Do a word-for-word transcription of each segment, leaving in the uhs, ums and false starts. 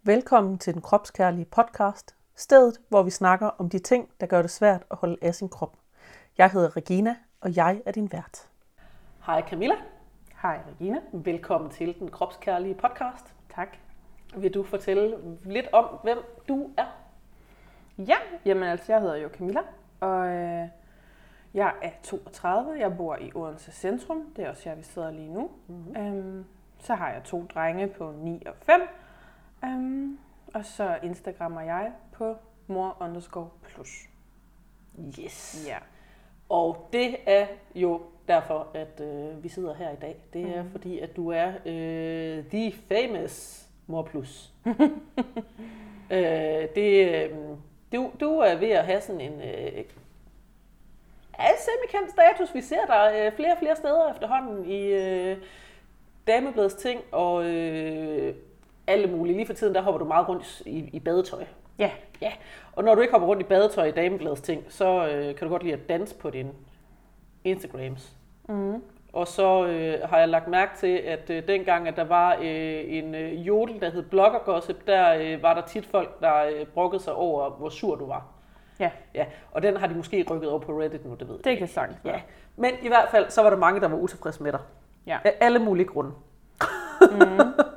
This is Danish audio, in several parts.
Velkommen til den kropskærlige podcast, stedet hvor vi snakker om de ting, der gør det svært at holde af sin krop. Jeg hedder Regina, og jeg er din vært. Hej Camilla. Hej Regina. Velkommen til den kropskærlige podcast. Tak. Vil du fortælle lidt om, hvem du er? Ja, jamen altså jeg hedder jo Camilla, og øh, jeg er toogtredive. Jeg bor i Odense Centrum. Det er også her, vi sidder lige nu. Mm-hmm. Øhm, så har jeg to drenge på ni og fem. Um, og så Instagrammer jeg på mor underscore plus. Yes. Ja. Og det er jo derfor, at øh, vi sidder her i dag. Det er mm. fordi, at du er øh, the famous mor plus. øh, det, øh, du, du er ved at have sådan en øh, semi-kendt status. Vi ser dig øh, flere og flere steder efterhånden i øh, Damebladets ting og øh, alle mulige. Lige for tiden, der hopper du meget rundt i, i badetøj. Ja. Ja. Og når du ikke hopper rundt i badetøj i Damebladets ting, så øh, kan du godt lide at danse på dine Instagrams. Mm. Og så øh, har jeg lagt mærke til, at øh, dengang, at der var øh, en øh, jodel, der hed Bloggergossip, der øh, var der tit folk, der øh, brokkede sig over, hvor sur du var. Ja. Ja. Og den har de måske rykket over på Reddit nu, det ved jeg. Det kan sagtens. Ja. Men i hvert fald, så var der mange, der var utilfredse med dig. Ja. Af alle mulige grunde. Mm.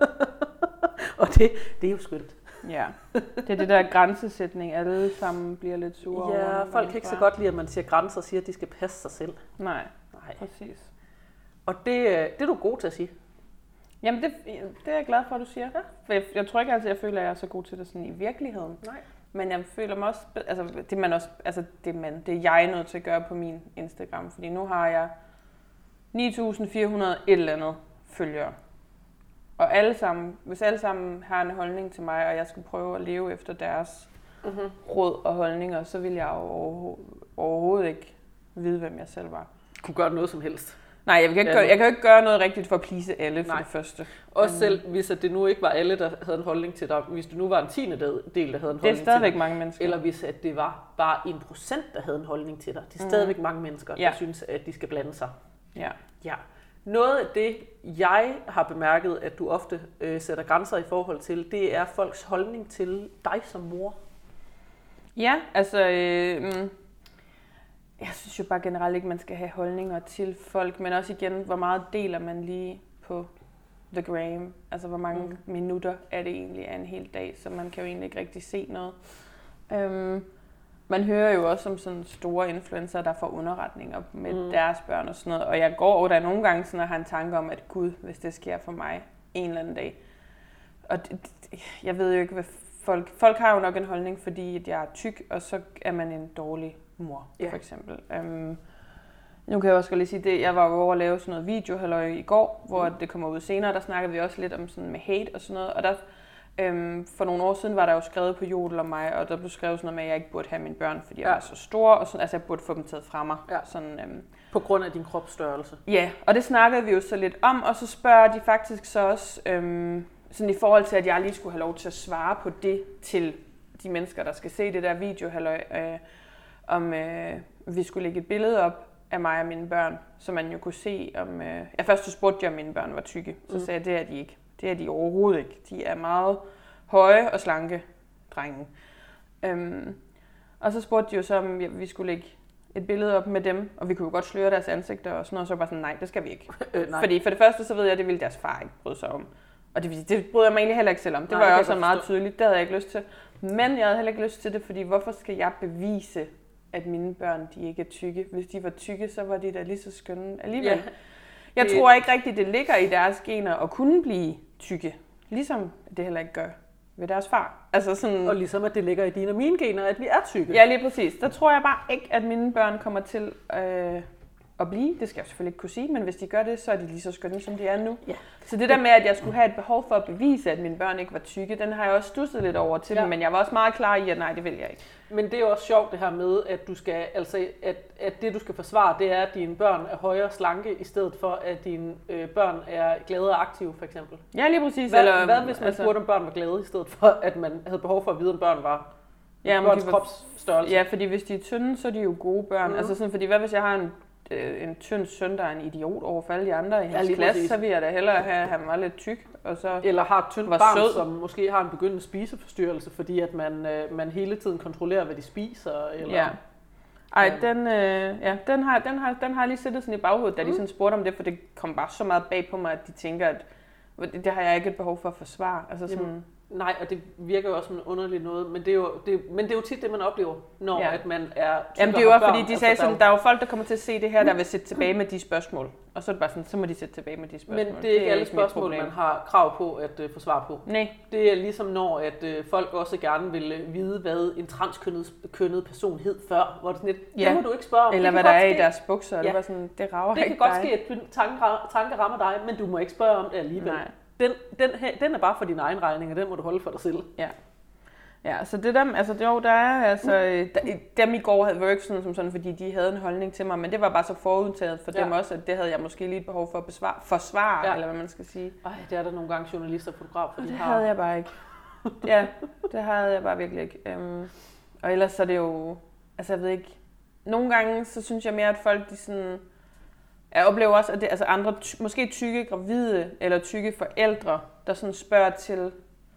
Og det, det er jo skønt. Ja, det er det der grænsesætning, alle sammen bliver lidt sure Ja, over. folk kan ikke så godt lide, at man siger grænser og siger, at de skal passe sig selv. Nej, Nej. præcis. Og det, det er du god til at sige. Jamen, det, det er jeg glad for, at du siger. Ja. For jeg, jeg tror ikke altid, jeg føler, at jeg er så god til det sådan i virkeligheden. Nej. Men jeg føler mig også, altså det man også, altså det man, det er jeg nødt til at gøre på min Instagram, fordi nu har jeg ni tusind fire hundrede et eller andet følgere. Og alle sammen, hvis alle sammen har en holdning til mig, og jeg skal prøve at leve efter deres mm-hmm. råd og holdninger, så vil jeg jo overhovedet, overhovedet ikke vide, hvem jeg selv var. Kunne gøre noget som helst. Nej, jeg, kan ikke ja, gøre, jeg kan jo ikke gøre noget rigtigt for at please alle for Nej. det første. Også um, selv, hvis det nu ikke var alle, der havde en holdning til dig. Hvis det nu var en tiende del, der havde en holdning til dig. Det er stadigvæk mange mennesker. Eller hvis at det var bare en procent, der havde en holdning til dig. Det er stadigvæk mm. mange mennesker, der ja. synes, at de skal blande sig. Ja. Ja. Noget af det, jeg har bemærket, at du ofte øh, sætter grænser i forhold til, det er folks holdning til dig som mor. Ja, altså, øh, jeg synes jo bare generelt ikke, man skal have holdninger til folk, men også igen, hvor meget deler man lige på The Gram? Altså, hvor mange mm. minutter er det egentlig af en hel dag, så man kan jo egentlig ikke rigtig se noget. Um, Man hører jo også om sådan store influencer, der får underretninger med mm. deres børn og sådan noget. Og jeg går over der nogle gange sådan og har en tanke om, at gud, hvis det sker for mig en eller anden dag. Og det, jeg ved jo ikke, hvad folk... Folk har jo nok en holdning, fordi at jeg er tyk, og så er man en dårlig mor, yeah. for eksempel. Um, nu kan jeg også lige sige det. Jeg var jo over at lave sådan noget video halløj i går, hvor mm. det kommer ud senere. Der snakkede vi også lidt om sådan med hate og sådan noget. Og der... Øhm, for nogle år siden var der jo skrevet på Jodel om mig, og der blev skrevet sådan noget med, at jeg ikke burde have mine børn, fordi jeg ja. var så stor, og sådan, altså jeg burde få dem taget fra mig. Ja. Sådan, øhm, på grund af din kropsstørrelse? Ja, og det snakkede vi jo så lidt om, og så spørger de faktisk så også, øhm, sådan i forhold til, at jeg lige skulle have lov til at svare på det til de mennesker, der skal se det der video, halløj, øh, om øh, vi skulle lægge et billede op af mig og mine børn, så man jo kunne se, om... Øh, ja, først så spurgte jeg, om mine børn var tykke, så mm. sagde jeg, det er de ikke. Det er de overhovedet ikke. De er meget høje og slanke drenge. Øhm, og så spurgte de jo så, om vi skulle lægge et billede op med dem, og vi kunne jo godt sløre deres ansigter og sådan noget, og så var bare sådan, nej, det skal vi ikke. Øh, Fordi for det første, så ved jeg, at det ville deres far ikke bryde sig om. Og det, det bryder jeg mig egentlig heller ikke selv om. Det nej, var jo også meget tydeligt, det havde jeg ikke lyst til. Men jeg havde heller ikke lyst til det, fordi hvorfor skal jeg bevise, at mine børn, de ikke er tykke? Hvis de var tykke, så var de da lige så skønne alligevel. Ja. Jeg tror ikke rigtigt, det ligger i deres gener at kunne blive tykke. Ligesom det heller ikke gør ved deres far. Altså sådan, og ligesom at det ligger i dine og mine gener, at vi er tykke. Ja, lige præcis. Der tror jeg bare ikke, at mine børn kommer til øh, at blive. Det skal jeg selvfølgelig ikke kunne sige, men hvis de gør det, så er de lige så skønne, som de er nu. Ja. Så det der med, at jeg skulle have et behov for at bevise, at mine børn ikke var tykke, den har jeg også stusset lidt over til, ja. Men jeg var også meget klar i, at nej, det vil jeg ikke. Men det er jo også sjovt det her med, at du skal, altså, at, at det du skal forsvare, det er, at dine børn er højere slanke, i stedet for, at dine øh, børn er glade og aktive, for eksempel. Ja, lige præcis. Hvad, eller, hvad hvis man altså, spurgte, om børn var glade, i stedet for, at man havde behov for at vide, om børn var ja, børns kropsstørrelse? Ja, fordi hvis de er tynde, så er de jo gode børn. Mm. Altså sådan, fordi hvad hvis jeg har en øh, en tynd søn, der er en idiot over for alle de andre i Ja, hans lige klasse, præcis. så vil jeg da hellere have, at han var lidt tyk. Og så Eller har et tyndt var barn, sød. som måske har en begyndende spiseforstyrrelse, fordi at man, øh, man hele tiden kontrollerer, hvad de spiser. Eller... Ja. Ej, Ja. den, øh, ja, den, har, den, har, den har jeg lige sættet sådan i baghovedet, da de Mm. sådan spurgte om det, for det kom bare så meget bag på mig, at de tænker, at det har jeg ikke et behov for at forsvare. Altså sådan, Jamen, nej, og det virker jo også som en underlig noget, men det er jo, det, men det er jo tit det, man oplever, når Ja. at man er tyk Jamen og det er jo har også fordi, børn. de Altså, sagde der sådan, jo- der er jo folk, der kommer til at se det her, der vil sætte tilbage med de spørgsmål. Og så er det bare sådan, så må de sætte tilbage med de spørgsmål. Men det er ikke alle mit spørgsmål, problem. man har krav på at uh, få svar på. Nej. Det er ligesom når, at uh, folk også gerne vil uh, vide, hvad en transkønnet kønnet person hed før, hvor det sådan lidt, Ja. det må du ikke spørge om. Eller Det hvad kan der godt er i ske- deres bukser, og Ja. det var sådan, det rager Det ikke kan godt dig. ske, at en tanke, tanke rammer dig, men du må ikke spørge om det alligevel. Nej. Den, den, her, den er bare for din egen regning, og den må du holde for dig selv. Ja. Ja, så det dem, altså det, jo, der er, altså, der, dem i går havde ikke sådan, som sådan, fordi de havde en holdning til mig, men det var bare så forudtaget for Ja. dem også, at det havde jeg måske lige et behov for at besvare, forsvare, Ja. eller hvad man skal sige. Ej, det er der nogle gange journalister og fotografer, Og de det har. havde jeg bare ikke. Ja, det havde jeg bare virkelig ikke. Um, og ellers så er det jo, altså jeg ved ikke, nogle gange så synes jeg mere, at folk de sådan, jeg oplever også, at det altså andre, ty, måske tykke gravide eller tykke forældre, der sådan spørger til,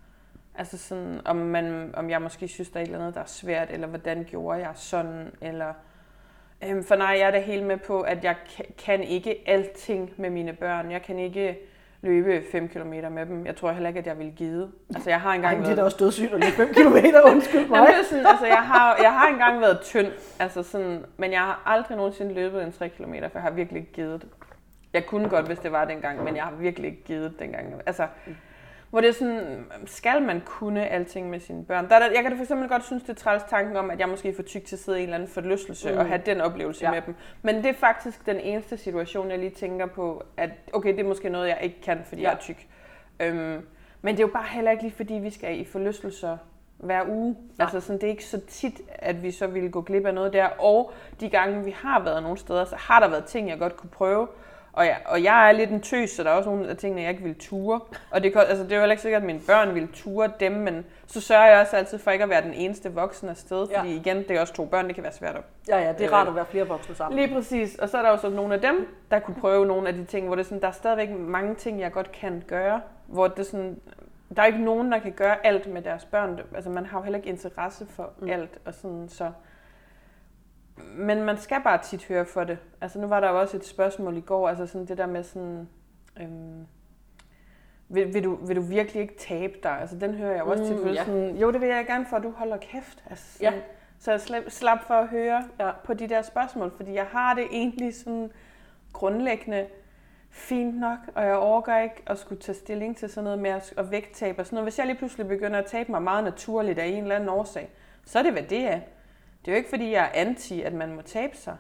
altså sådan, om, man, om jeg måske synes, der er et eller andet, der er svært, eller hvordan gjorde jeg sådan, eller... Øhm, for nej, jeg er da helt med på, at jeg ka- kan ikke alting med mine børn. Jeg kan ikke løbe fem kilometer med dem. Jeg tror heller ikke, at jeg vil give. Altså, jeg har engang Ej, det er været... da også dødssygt at løbe fem kilometer, undskyld mig. Jamen, det er sådan, altså, jeg har, jeg har engang været tynd, altså sådan, men jeg har aldrig nogensinde løbet en tre kilometer, for jeg har virkelig ikke givet det. Jeg kunne godt, hvis det var dengang, men jeg har virkelig ikke givet det dengang. Altså, hvor det er sådan, skal man kunne alting med sine børn? Der er der, jeg kan da for eksempel godt synes, det er træls tanken om, at jeg måske er for tyk til at sidde i en eller anden forlystelse mm. og have den oplevelse Ja. med dem. Men det er faktisk den eneste situation, jeg lige tænker på, at okay, det er måske noget, jeg ikke kan, fordi Ja. jeg er tyk. Øhm, men det er jo bare heller ikke lige, fordi vi skal i forlystelser hver uge. Nej. Altså sådan, det er ikke så tit, at vi så ville gå glip af noget der. Og de gange, vi har været nogle steder, så har der været ting, jeg godt kunne prøve. Og jeg, og jeg er lidt en tøs, så der er også nogle af tingene, jeg ikke vil ture. Og det, altså, det er jo heller ikke sikkert, at mine børn vil ture dem, men så sørger jeg også altid for ikke at være den eneste voksne afsted. Ja. Fordi igen, det er også to børn, det kan være svært at... Ja, ja, det er rart at være flere voksne sammen. Lige præcis. Og så er der jo så nogle af dem, der kunne prøve nogle af de ting, hvor det er sådan, der er stadigvæk mange ting, jeg godt kan gøre. Hvor det er sådan, der er ikke nogen, der kan gøre alt med deres børn. Altså man har jo heller ikke interesse for mm. alt. Og sådan, så... Men man skal bare tit høre for det. Altså nu var der jo også et spørgsmål i går, altså sådan det der med sådan, øhm, vil, vil, du, vil du virkelig ikke tabe dig? Altså den hører jeg jo også tit. Mm, ja. Sådan, jo, det vil jeg gerne for, at du holder kæft. Altså, sådan, Ja. Så jeg slap, slap for at høre Ja. på de der spørgsmål, fordi jeg har det egentlig sådan grundlæggende fint nok, og jeg overgår ikke at skulle tage stilling til sådan noget med at, at vægttabe og sådan noget. Hvis jeg lige pludselig begynder at tabe mig meget naturligt af en eller anden årsag, så er det, hvad det er. Det er jo ikke, fordi jeg er anti, at man må tabe sig.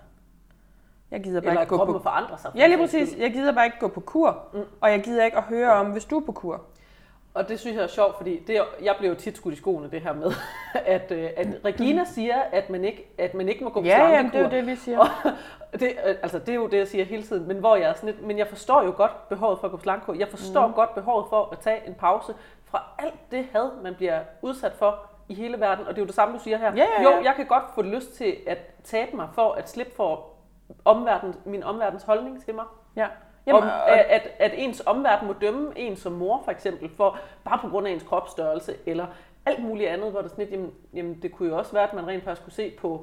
Jeg gider bare Eller ikke gå kroppen på... må forandre sig. for Ja, lige den sags præcis. skyld. Jeg gider bare ikke gå på kur, Mm. og jeg gider ikke at høre om, hvis du er på kur. Og det synes jeg er sjovt, fordi det, er- jeg blev jo tit skudt i skoene, det her med, at, øh, at Regina siger, at man ikke, at man ikke må gå på Ja, ja, slankekur. det er jo det, vi siger. Og det, øh, altså, det er jo det, jeg siger hele tiden. Men hvor jeg er sådan lidt, men jeg forstår jo godt behovet for at gå på slankekur. Jeg forstår mm. godt behovet for at tage en pause fra alt det had, man bliver udsat for i hele verden. Og det er jo det samme, du siger her. Ja, ja, ja. Jo, jeg kan godt få lyst til at tabe mig for at slippe for omverden, min omverdens holdning til mig. Ja. Jamen, Jamen, om, og, at, at, at ens omverden må dømme en som mor, for eksempel, for bare på grund af ens kropsstørrelse, eller alt muligt andet, hvor det sådan lidt, jamen, jamen, det kunne jo også være, at man rent faktisk kunne se på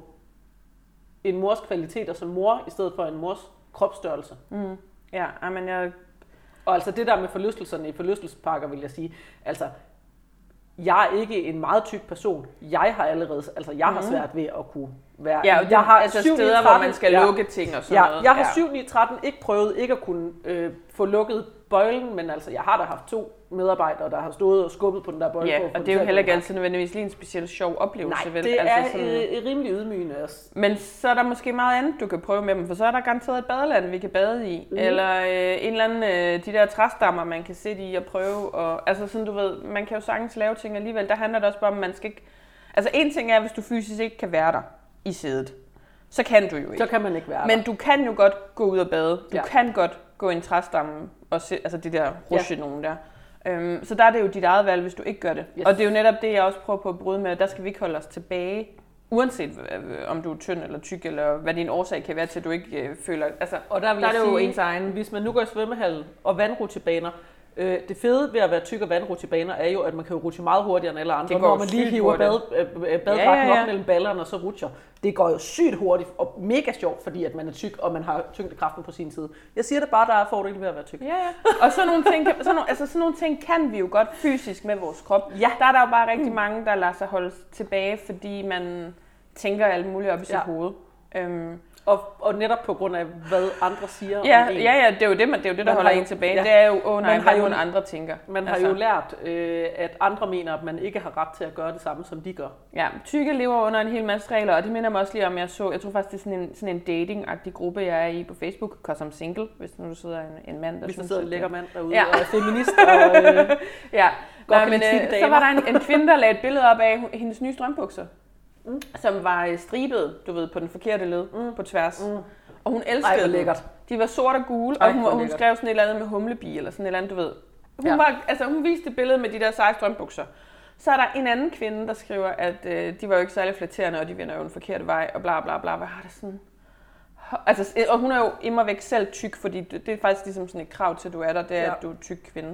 en mors kvaliteter som mor, i stedet for en mors kropsstørrelse. mm, ja, men jeg... Og altså det der med forlystelserne i forlystelsesparker, vil jeg sige, altså, jeg er ikke en meget tyk person. Jeg har allerede, altså jeg har svært ved at kunne være... Ja, og det, jeg har altså syv ni steder, hvor tretten man skal ja. lukke ting og sådan Ja, noget. jeg har syv ni tretten ikke prøvet ikke at kunne øh, få lukket bøjlen, men altså jeg har da haft to medarbejdere, der har stået og skubbet på den der bøjle. Ja, for at få og den det er til jo at heller gå ikke i gang. altid nødvendigvis lige en specielt sjov oplevelse, Nej, vel? det altså er sådan... øh, rimelig ydmygende også. Men så er der måske meget andet, du kan prøve med dem, for så er der garanteret et badeland, vi kan bade i. Mm. Eller øh, en eller anden, øh, de der træstammer, man kan sætte i og prøve. Og, altså sådan, du ved, man kan jo sagtens lave ting alligevel. Der handler det også bare om, man skal ikke... Altså en ting er, hvis du fysisk ikke kan være der i sædet. Så kan du jo ikke. Så kan man ikke være Men der. du kan jo godt gå ud og bade. Du Ja. kan godt gå i en træstamme og se, altså det der rusje nogen der. Øhm, så der er det jo dit eget valg, hvis du ikke gør det. Yes. Og det er jo netop det, jeg også prøver på at bryde med. Der skal vi ikke holde os tilbage uanset øh, om du er tynd eller tyk, eller hvad din årsag kan være til, at du ikke øh, føler... Altså, og der, vil der er det sige, jo ens egen... Hvis man nu går i svømmehal og vandrutsjebaner, øh, det fede ved at være tyk og vandrutsjebaner er jo, at man kan jo rutsche meget hurtigere end alle andre. Det går når man lige hiver bad, øh, baddragten ja, ja, ja. op mellem ballerne og så rutscher. Det går jo sygt hurtigt og mega sjovt, fordi at man er tyk, og man har tyngdekraften på sin side. Jeg siger det bare, der er fordele ved at være tyk. Ja, ja. Og sådan nogle, ting kan, sådan, nogle, altså sådan nogle ting kan vi jo godt fysisk med vores krop. Ja. Der er der jo bare rigtig mange, der lader sig holde tilbage, fordi man tænker alt muligt op i sit ja. hoved. Øhm. Og, og netop på grund af, hvad andre siger ja, om en. Ja, ja, det er jo det, man, det, er jo det der man holder jo, en tilbage. Ja. Det er jo, åh nej, man hvad har jo, nogle andre tænker. Man altså. har jo lært, øh, at andre mener, at man ikke har ret til at gøre det samme, som de gør. Ja, tykke lever under en hel masse regler, og det minder mig også lige om, jeg så, jeg tror faktisk, det er sådan en, sådan en dating-agtig gruppe, jeg er i på Facebook, cause I'm single, hvis nu du sidder en, en mand, der hvis der sidder en lækker mand derude, ja. og er feminist, og øh, ja. godt Nå, men, øh, så var der en, en kvinde, der lagde et billede op af hendes nye strømbukser, mm. som var stribet, du ved, på den forkerte led, mm. på tværs. Mm. Og hun elskede Ej, lækkert. De var sort og gule, Ej, og hun, hun skrev sådan et eller andet med humlebi, eller sådan et eller andet, du ved. Hun, ja. var, altså, hun viste et billede med de der seje strømbukser. Så er der en anden kvinde, der skriver, at øh, de var jo ikke særlig flatterende, og de vender jo en forkert vej, og bla bla bla. Hvad har det sådan? Altså, og hun er jo immer væk selv tyk, fordi det, det er faktisk ligesom sådan et krav til, at du er der, det er, ja. at du er tyk kvinde.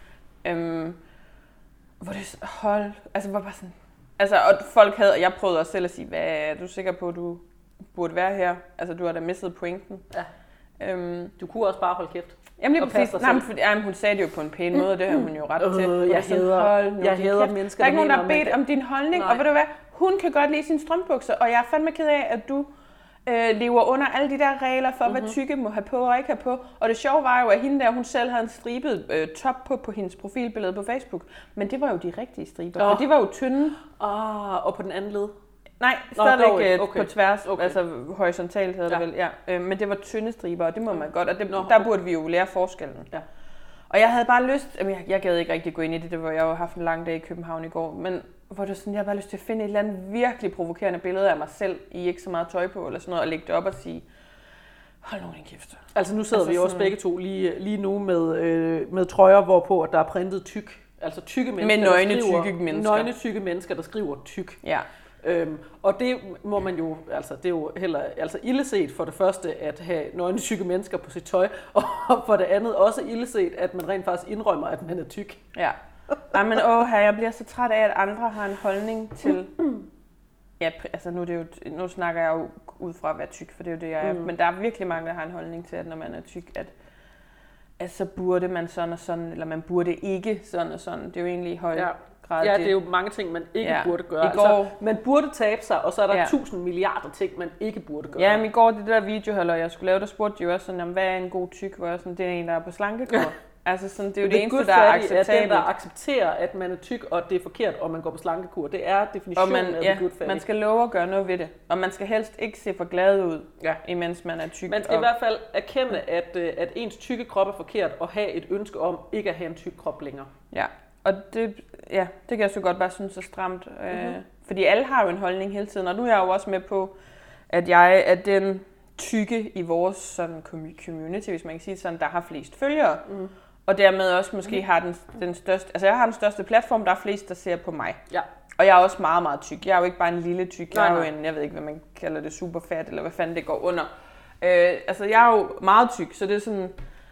Øhm, hvor det hold, altså var bare sådan... Altså, og folk havde, og jeg prøvede også selv at sige, hvad er du sikker på, at du burde være her? Altså, du har da mistet pointen. Ja. Øhm, du kunne også bare holde kæft. Jamen lige præcis. Nej, men, for, jamen, hun sagde det jo på en pæn måde, det har hun jo ret til. Øh, jeg hader, jeg hader mennesker, der er ikke nogen, der har bedt om din holdning, Nej. og ved du hvad, hun kan godt lide sine strømbukser, og jeg er fandme ked af, at du øh, lever under alle de der regler for, mm-hmm. hvad tykke må have på og ikke have på. Og det sjove var jo, at hende der, hun selv havde en stribet øh, top på på hendes profilbillede på Facebook, men det var jo de rigtige striber, oh. for de var jo tynde. Ah, og på den anden led? Nej, stadigvæk okay. på tværs, okay. altså horisontalt hedder ja. det vel, ja. Øh, men det var tynde striber, og det må man godt, og det, Nå, der burde vi jo lære forskellen. Ja. Og jeg havde bare lyst, jeg, jeg gad ikke rigtig gå ind i det, det var, jeg har haft en lang dag i København i går, men hvor det sådan, jeg havde bare lyst til at finde et eller andet virkelig provokerende billede af mig selv, i ikke så meget tøj på, eller sådan noget, og lægge det op og sige, hold nu din kæft. Altså nu sidder altså vi jo også begge to lige, lige nu med, øh, med trøjer, hvorpå der er printet tyk. Altså tykke mennesker, med nøgne, der skriver, tykke mennesker. Nøgne tykke mennesker, der skriver tyk. Ja. Øhm, og det må man jo, altså det er jo heller altså illeset for det første at have nøgne tykke mennesker på sit tøj, og for det andet også illeset, at man rent faktisk indrømmer, at man er tyk. Ja. Ej, men åh, her, jeg bliver så træt af, at andre har en holdning til, ja, altså nu, er det jo, nu snakker jeg jo ud fra at være tyk, for det er jo det, jeg er, mm. men der er virkelig mange, der har en holdning til, at når man er tyk, at, at så burde man sådan og sådan, eller man burde ikke sådan og sådan. Det er jo egentlig i høj ja. grad Ja, det. det er jo mange ting, man ikke ja. burde gøre. I går, altså, man burde tabe sig, og så er der ja. tusind milliarder ting, man ikke burde gøre. Ja, men i går, det der video, eller jeg skulle lave, der spurgte de jo også sådan, om, hvad er en god tyk? Hvor jeg sådan, det er en, der er på slankekur. Altså sådan, det er jo det, det eneste, der er acceptabelt. Det er den, der accepterer, at man er tyk, og det er forkert, og man går på slankekur. Det er definitionen man, af ja, the good fatty. Man skal love at gøre noget ved det. Og man skal helst ikke se for glad ud, ja. imens man er tyk. Man skal og... i hvert fald erkende, at, at ens tykke krop er forkert, og have et ønske om ikke at have en tyk krop længere. Ja, og det, ja, det kan jeg så godt bare synes er stramt. Mm-hmm. Øh, fordi alle har jo en holdning hele tiden, og nu er jeg jo også med på, at jeg er den tykke i vores sådan, community, hvis man kan sige sådan, der har flest følgere. Mm. Og dermed også måske har den, den største, altså jeg har den største platform, der er flest, der ser på mig. Ja. Og jeg er også meget, meget tyk. Jeg er jo ikke bare en lille tyk, jeg er nej, jo en, jeg ved ikke, hvad man kalder det, superfat, eller hvad fanden det går under. Øh, altså jeg er jo meget tyk, så det er sådan,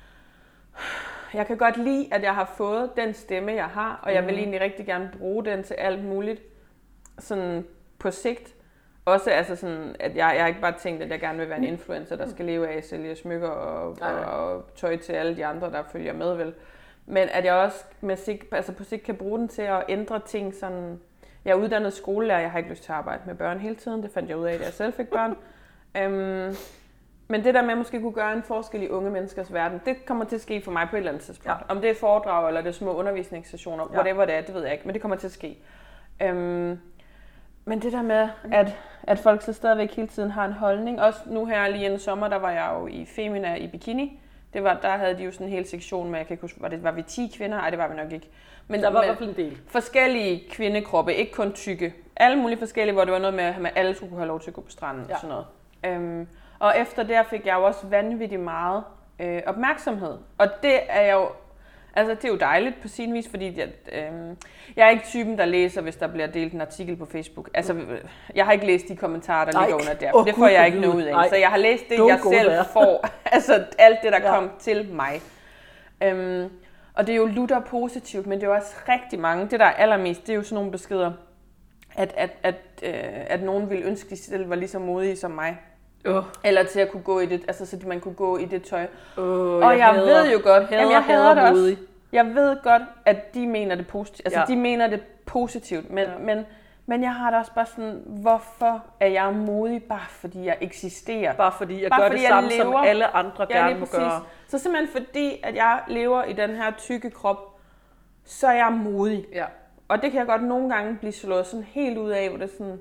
jeg kan godt lide, at jeg har fået den stemme, jeg har, og jeg vil egentlig rigtig gerne bruge den til alt muligt, sådan på sigt. Også altså sådan, at jeg, jeg har ikke bare tænkt, at jeg gerne vil være en influencer, der skal leve af at sælge smykker og, og, og tøj til alle de andre, der følger med, vel. Men at jeg også med sigt, altså på sigt kan bruge den til at ændre ting sådan. Jeg er uddannet skolelærer, jeg har ikke lyst til at arbejde med børn hele tiden, det fandt jeg ud af, da jeg selv fik børn. øhm, men det der med at måske kunne gøre en forskel i unge menneskers verden, det kommer til at ske for mig på et eller andet tidspunkt. Ja. Om det er foredrag eller det er små undervisningssessioner, ja. whatever det er, det ved jeg ikke, men det kommer til at ske. Øhm, Men det der med, at, at folk så stadigvæk hele tiden har en holdning. Også nu her lige en sommer, der var jeg jo i Femina i bikini. Det var, der havde de jo sådan en hel sektion med, jeg kan ikke huske, var, det, var vi ti kvinder? Nej, det var vi nok ikke. Men der var i hvert fald en del. Forskellige kvindekroppe, ikke kun tykke. Alle mulige forskellige, hvor det var noget med, at alle skulle kunne have lov til at gå på stranden. Ja. Sådan noget. Øhm, og efter det fik jeg jo også vanvittigt meget øh, opmærksomhed. Og det er jeg jo, Altså, det er jo dejligt på sin vis, fordi jeg, øh, jeg er ikke typen, der læser, hvis der bliver delt en artikel på Facebook. Altså, jeg har ikke læst de kommentarer, der ligger under der, for det får jeg ikke noget ud af. Så jeg har læst det, jeg selv får. Altså, alt det, der ja. kom til mig. Øhm, og det er jo lutter positivt, men det er jo også rigtig mange. Det, der er allermest, det er jo sådan nogle beskeder, at, at, at, øh, at nogen ville ønske, de selv var lige så modige som mig. Uh. Eller til at kunne gå i det, altså så man kunne gå i det tøj. Uh, og jeg, jeg hader, ved jo godt, hader, jamen jeg hader det modig. også. Jeg ved godt, at de mener det positivt. Altså ja. de mener det positivt, men, ja. men, men jeg har da også bare sådan, hvorfor er jeg modig, bare fordi jeg eksisterer? Bare fordi jeg bare gør fordi det samme, lever. som alle andre ja, gerne må gøre. Så simpelthen fordi, at jeg lever i den her tykke krop, så er jeg modig. Ja. Og det kan jeg godt nogle gange blive slået sådan helt ud af, hvor det er sådan...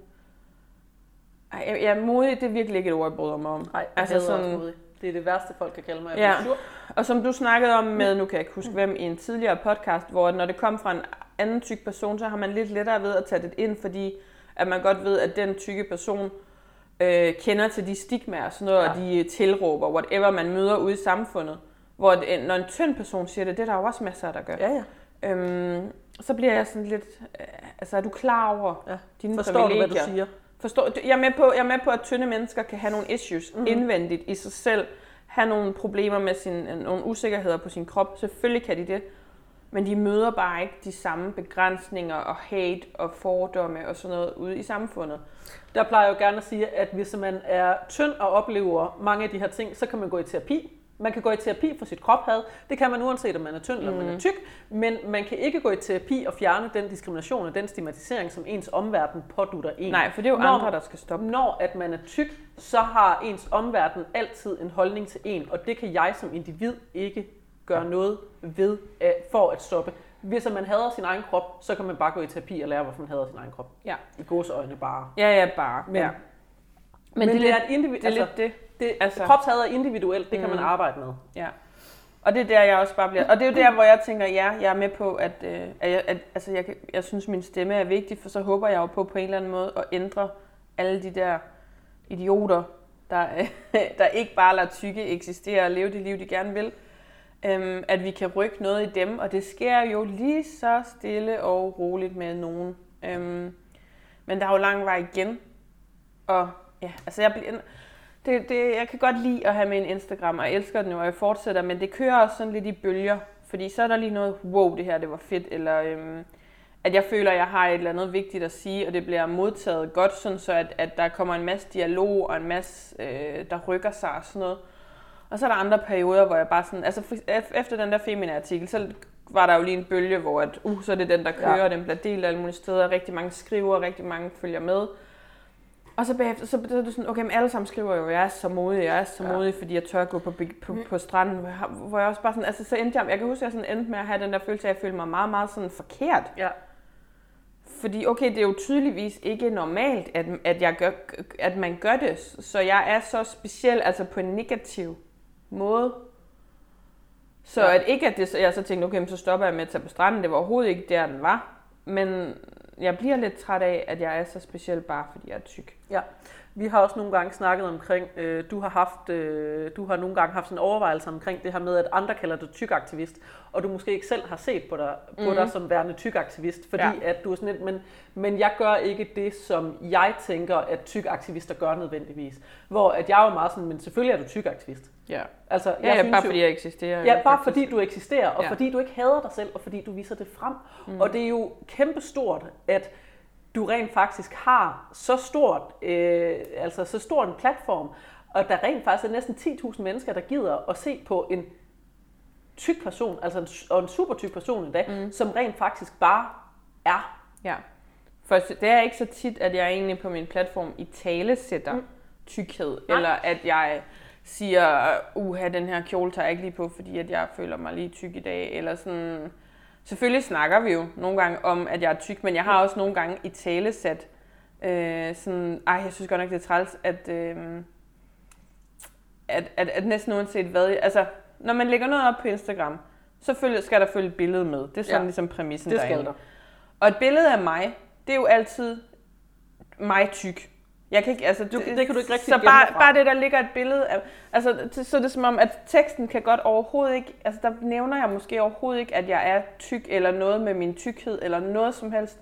Ej, ja, modig, det er virkelig ikke et ord, jeg bryder mig om. Nej, altså sådan, modig. Det er det værste, folk kan kalde mig. Ja. Og som du snakkede om med, nu kan jeg ikke huske hvem, i en tidligere podcast, hvor når det kom fra en anden tyk person, så har man lidt lettere ved at tage det ind, fordi at man godt ved, at den tykke person øh, kender til de stigmaer og sådan noget, ja. og de tilråber, whatever man møder ude i samfundet. Hvor det, når en tynd person siger det, det er der jo også masser, der gør. Ja, ja. Øhm, så bliver jeg sådan lidt, øh, altså er du klar over ja. dine Forstår privilegier? du, hvad du siger? Forstår, jeg, er med på, jeg er med på, at tynde mennesker kan have nogle issues mm-hmm. indvendigt i sig selv, have nogle problemer med sin, nogle usikkerheder på sin krop. Selvfølgelig kan de det, men de møder bare ikke de samme begrænsninger og hate og fordomme og sådan noget ude i samfundet. Der plejer jeg jo gerne at sige, at hvis man er tynd og oplever mange af de her ting, så kan man gå i terapi. Man kan gå i terapi for sit krophad. Det kan man uanset om man er tynd eller mm. man er tyk. Men man kan ikke gå i terapi og fjerne den diskrimination og den stigmatisering, som ens omverden pådutter en. Nej, for det er jo når, andre, der skal stoppe. Når at man er tyk, så har ens omverden altid en holdning til en. Og det kan jeg som individ ikke gøre noget ved for at stoppe. Hvis man hader sin egen krop, så kan man bare gå i terapi og lære, hvorfor man hader sin egen krop. Ja. I gåseøjne bare. Ja, ja, bare. Men, ja. men, men det, det er, et individ, det er altså, lidt det. Det, altså, kropshad er individuelt, det kan mm. man arbejde med. Ja. Og det er der, jeg også bare bliver... Og det er jo der, hvor jeg tænker, ja, jeg er med på, at, øh, at, jeg, at altså, jeg, jeg synes, min stemme er vigtig, for så håber jeg jo på på en eller anden måde at ændre alle de der idioter, der, der ikke bare lader tykke eksistere og leve det liv, de gerne vil. Øhm, at vi kan rykke noget i dem, og det sker jo lige så stille og roligt med nogen. Øhm, men der er jo lang vej igen. Og ja, altså jeg bliver... Det, det, jeg kan godt lide at have min Instagram, og jeg elsker den jo, og jeg fortsætter, men det kører også sådan lidt i bølger, fordi så er der lige noget, wow, det her, det var fedt, eller øhm, at jeg føler, at jeg har et eller andet vigtigt at sige, og det bliver modtaget godt, sådan så at, at der kommer en masse dialog, og en masse, øh, der rykker sig og sådan noget. Og så er der andre perioder, hvor jeg bare sådan, altså efter den der Femina-artikel, så var der jo lige en bølge, hvor at, uh, så er det den, der kører, ja. og den bliver delt alle mulige steder, rigtig mange skriver, rigtig mange følger med. Og så bagefter, så er det sådan, okay, men alle sammen skriver jo, jeg er så modig, jeg er så ja. modig, fordi jeg tør at gå på, på, på stranden, hvor jeg, hvor jeg også bare sådan, altså så endte jeg, jeg kan huske, at jeg sådan endte med at have den der følelse, at jeg følte mig meget, meget sådan forkert. Ja. Fordi, okay, det er jo tydeligvis ikke normalt, at, at, jeg gør, at man gør det, så jeg er så speciel, altså på en negativ måde. Så ja. at ikke, at det, jeg så tænkte, okay, så stopper jeg med at tage på stranden, det var overhovedet ikke der, den var, men... Jeg bliver lidt træt af, at jeg er så speciel, bare fordi jeg er tyk. Ja, vi har også nogle gange snakket omkring, øh, du har haft, øh, du har nogle gange haft sådan en overvejelse omkring det her med, at andre kalder dig tykaktivist, og du måske ikke selv har set på dig, på mm. dig som værende tykaktivist, fordi ja. at du er sådan lidt, men, men jeg gør ikke det, som jeg tænker, at tykaktivister gør nødvendigvis. Hvor at jeg er jo meget sådan, men selvfølgelig er du tykaktivist. Ja, altså, jeg ja, ja bare jo, fordi jeg eksisterer. Ja, bare fordi du eksisterer, og ja. fordi du ikke hader dig selv, og fordi du viser det frem. Mm. Og det er jo kæmpestort, at du rent faktisk har så stort, øh, altså så stor en platform, og der rent faktisk er næsten ti tusind mennesker, der gider at se på en tyk person, altså en, og en super tyk person endda, mm. som rent faktisk bare er. Ja, for det er ikke så tit, at jeg egentlig på min platform i tale sætter mm. tykkhed, Nej. eller at jeg siger, uha, den her kjole tager jeg ikke lige på, fordi at jeg føler mig lige tyk i dag, eller sådan. Selvfølgelig snakker vi jo nogle gange om, at jeg er tyk, men jeg har også nogle gange i tale sat, øh, sådan, ej, jeg synes godt nok, det er træls, at, øh, at, at, at næsten uanset hvad, altså, når man lægger noget op på Instagram, så følger, skal der følge et billede med. Det er sådan ja, ligesom præmissen det skal derinde. Der. Og et billede af mig, det er jo altid mig tyk. Jeg kan ikke, altså, du, det, det kan du ikke rigtig så bare, bare det, der ligger et billede af, altså, så er det som om, at teksten kan godt overhovedet ikke, altså der nævner jeg måske overhovedet ikke, at jeg er tyk, eller noget med min tykkhed, eller noget som helst.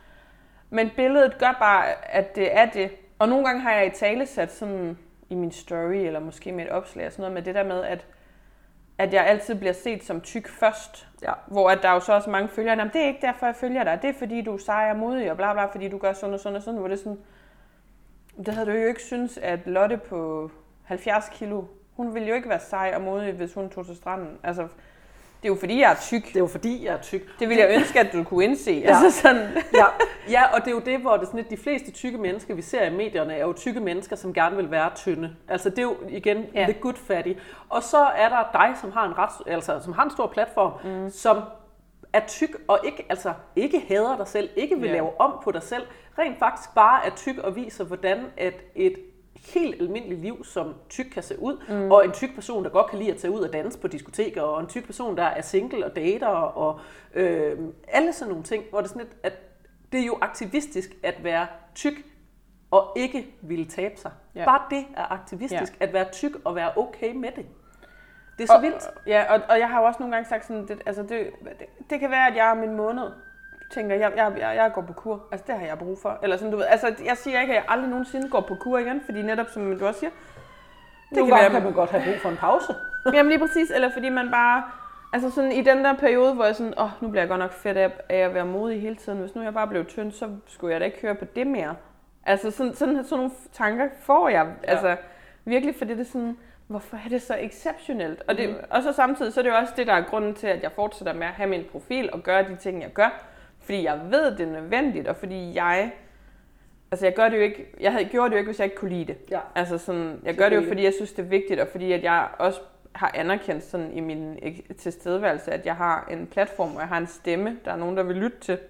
Men billedet gør bare, at det er det. Og nogle gange har jeg i tale sat sådan i min story, eller måske med et opslag, og sådan noget med det der med, at, at jeg altid bliver set som tyk først. Ja. Hvor at der jo så også mange følgere, jamen det er ikke derfor, jeg følger dig, det er fordi, du er sej og modig, og bla bla, fordi du gør sådan og sådan og sådan, hvor det er sådan, det havde du jo ikke synes, at Lotte på halvfjerds kilo, hun ville jo ikke være sej og modig, hvis hun tog til stranden. Altså, det er jo fordi, jeg er tyk. Det er jo fordi, jeg er tyk. Det ville jeg ønske, at du kunne indse. Ja. Altså sådan. ja. ja, og det er jo det, hvor det sådan lidt, de fleste tykke mennesker, vi ser i medierne, er jo tykke mennesker, som gerne vil være tynde. Altså det er jo igen ja. the good fatty. Og så er der dig, som har en, ret, altså, som har en stor platform, mm. som er tyk og ikke, altså, ikke hader dig selv, ikke vil yeah. lave om på dig selv, rent faktisk bare er tyk og viser, hvordan at et helt almindeligt liv som tyk kan se ud, mm. og en tyk person, der godt kan lide at tage ud og danse på diskoteker, og en tyk person, der er single og dater, og øh, alle sådan nogle ting, hvor det er sådan lidt, at det er jo aktivistisk at være tyk, og ikke ville tabe sig. Yeah. Bare det er aktivistisk, yeah. at være tyk og være okay med det. Det er så og, vildt. Ja, og, og jeg har jo også nogle gange sagt sådan, det, altså det, det, det kan være, at jeg om en måned tænker, jeg, jeg, jeg, jeg går på kur. Altså det har jeg brug for. Eller sådan, du ved, altså jeg siger ikke, at jeg aldrig nogensinde går på kur igen, fordi netop som du også siger, det nogle kan gange være, kan man godt have brug for en pause. Jamen lige præcis, eller fordi man bare, altså sådan i den der periode, hvor jeg sådan, åh, oh, nu bliver jeg godt nok fedt af at være modig hele tiden. Hvis nu jeg bare blev tynd, så skulle jeg da ikke høre på det mere. Altså sådan, sådan, sådan nogle tanker får jeg, ja. altså virkelig, fordi det er sådan, hvorfor er det så exceptionelt? Og, det, mm. og så samtidig, så er det jo også det, der er grunden til, at jeg fortsætter med at have min profil og gøre de ting, jeg gør. Fordi jeg ved, det er nødvendigt, og fordi jeg, altså jeg gør det jo ikke, jeg havde gjort det jo ikke, hvis jeg ikke kunne lide det. Ja. Altså sådan, jeg gør det jo, fordi jeg synes, det er vigtigt, og fordi at jeg også har anerkendt sådan i min tilstedeværelse, at jeg har en platform, og jeg har en stemme, der er nogen, der vil lytte til.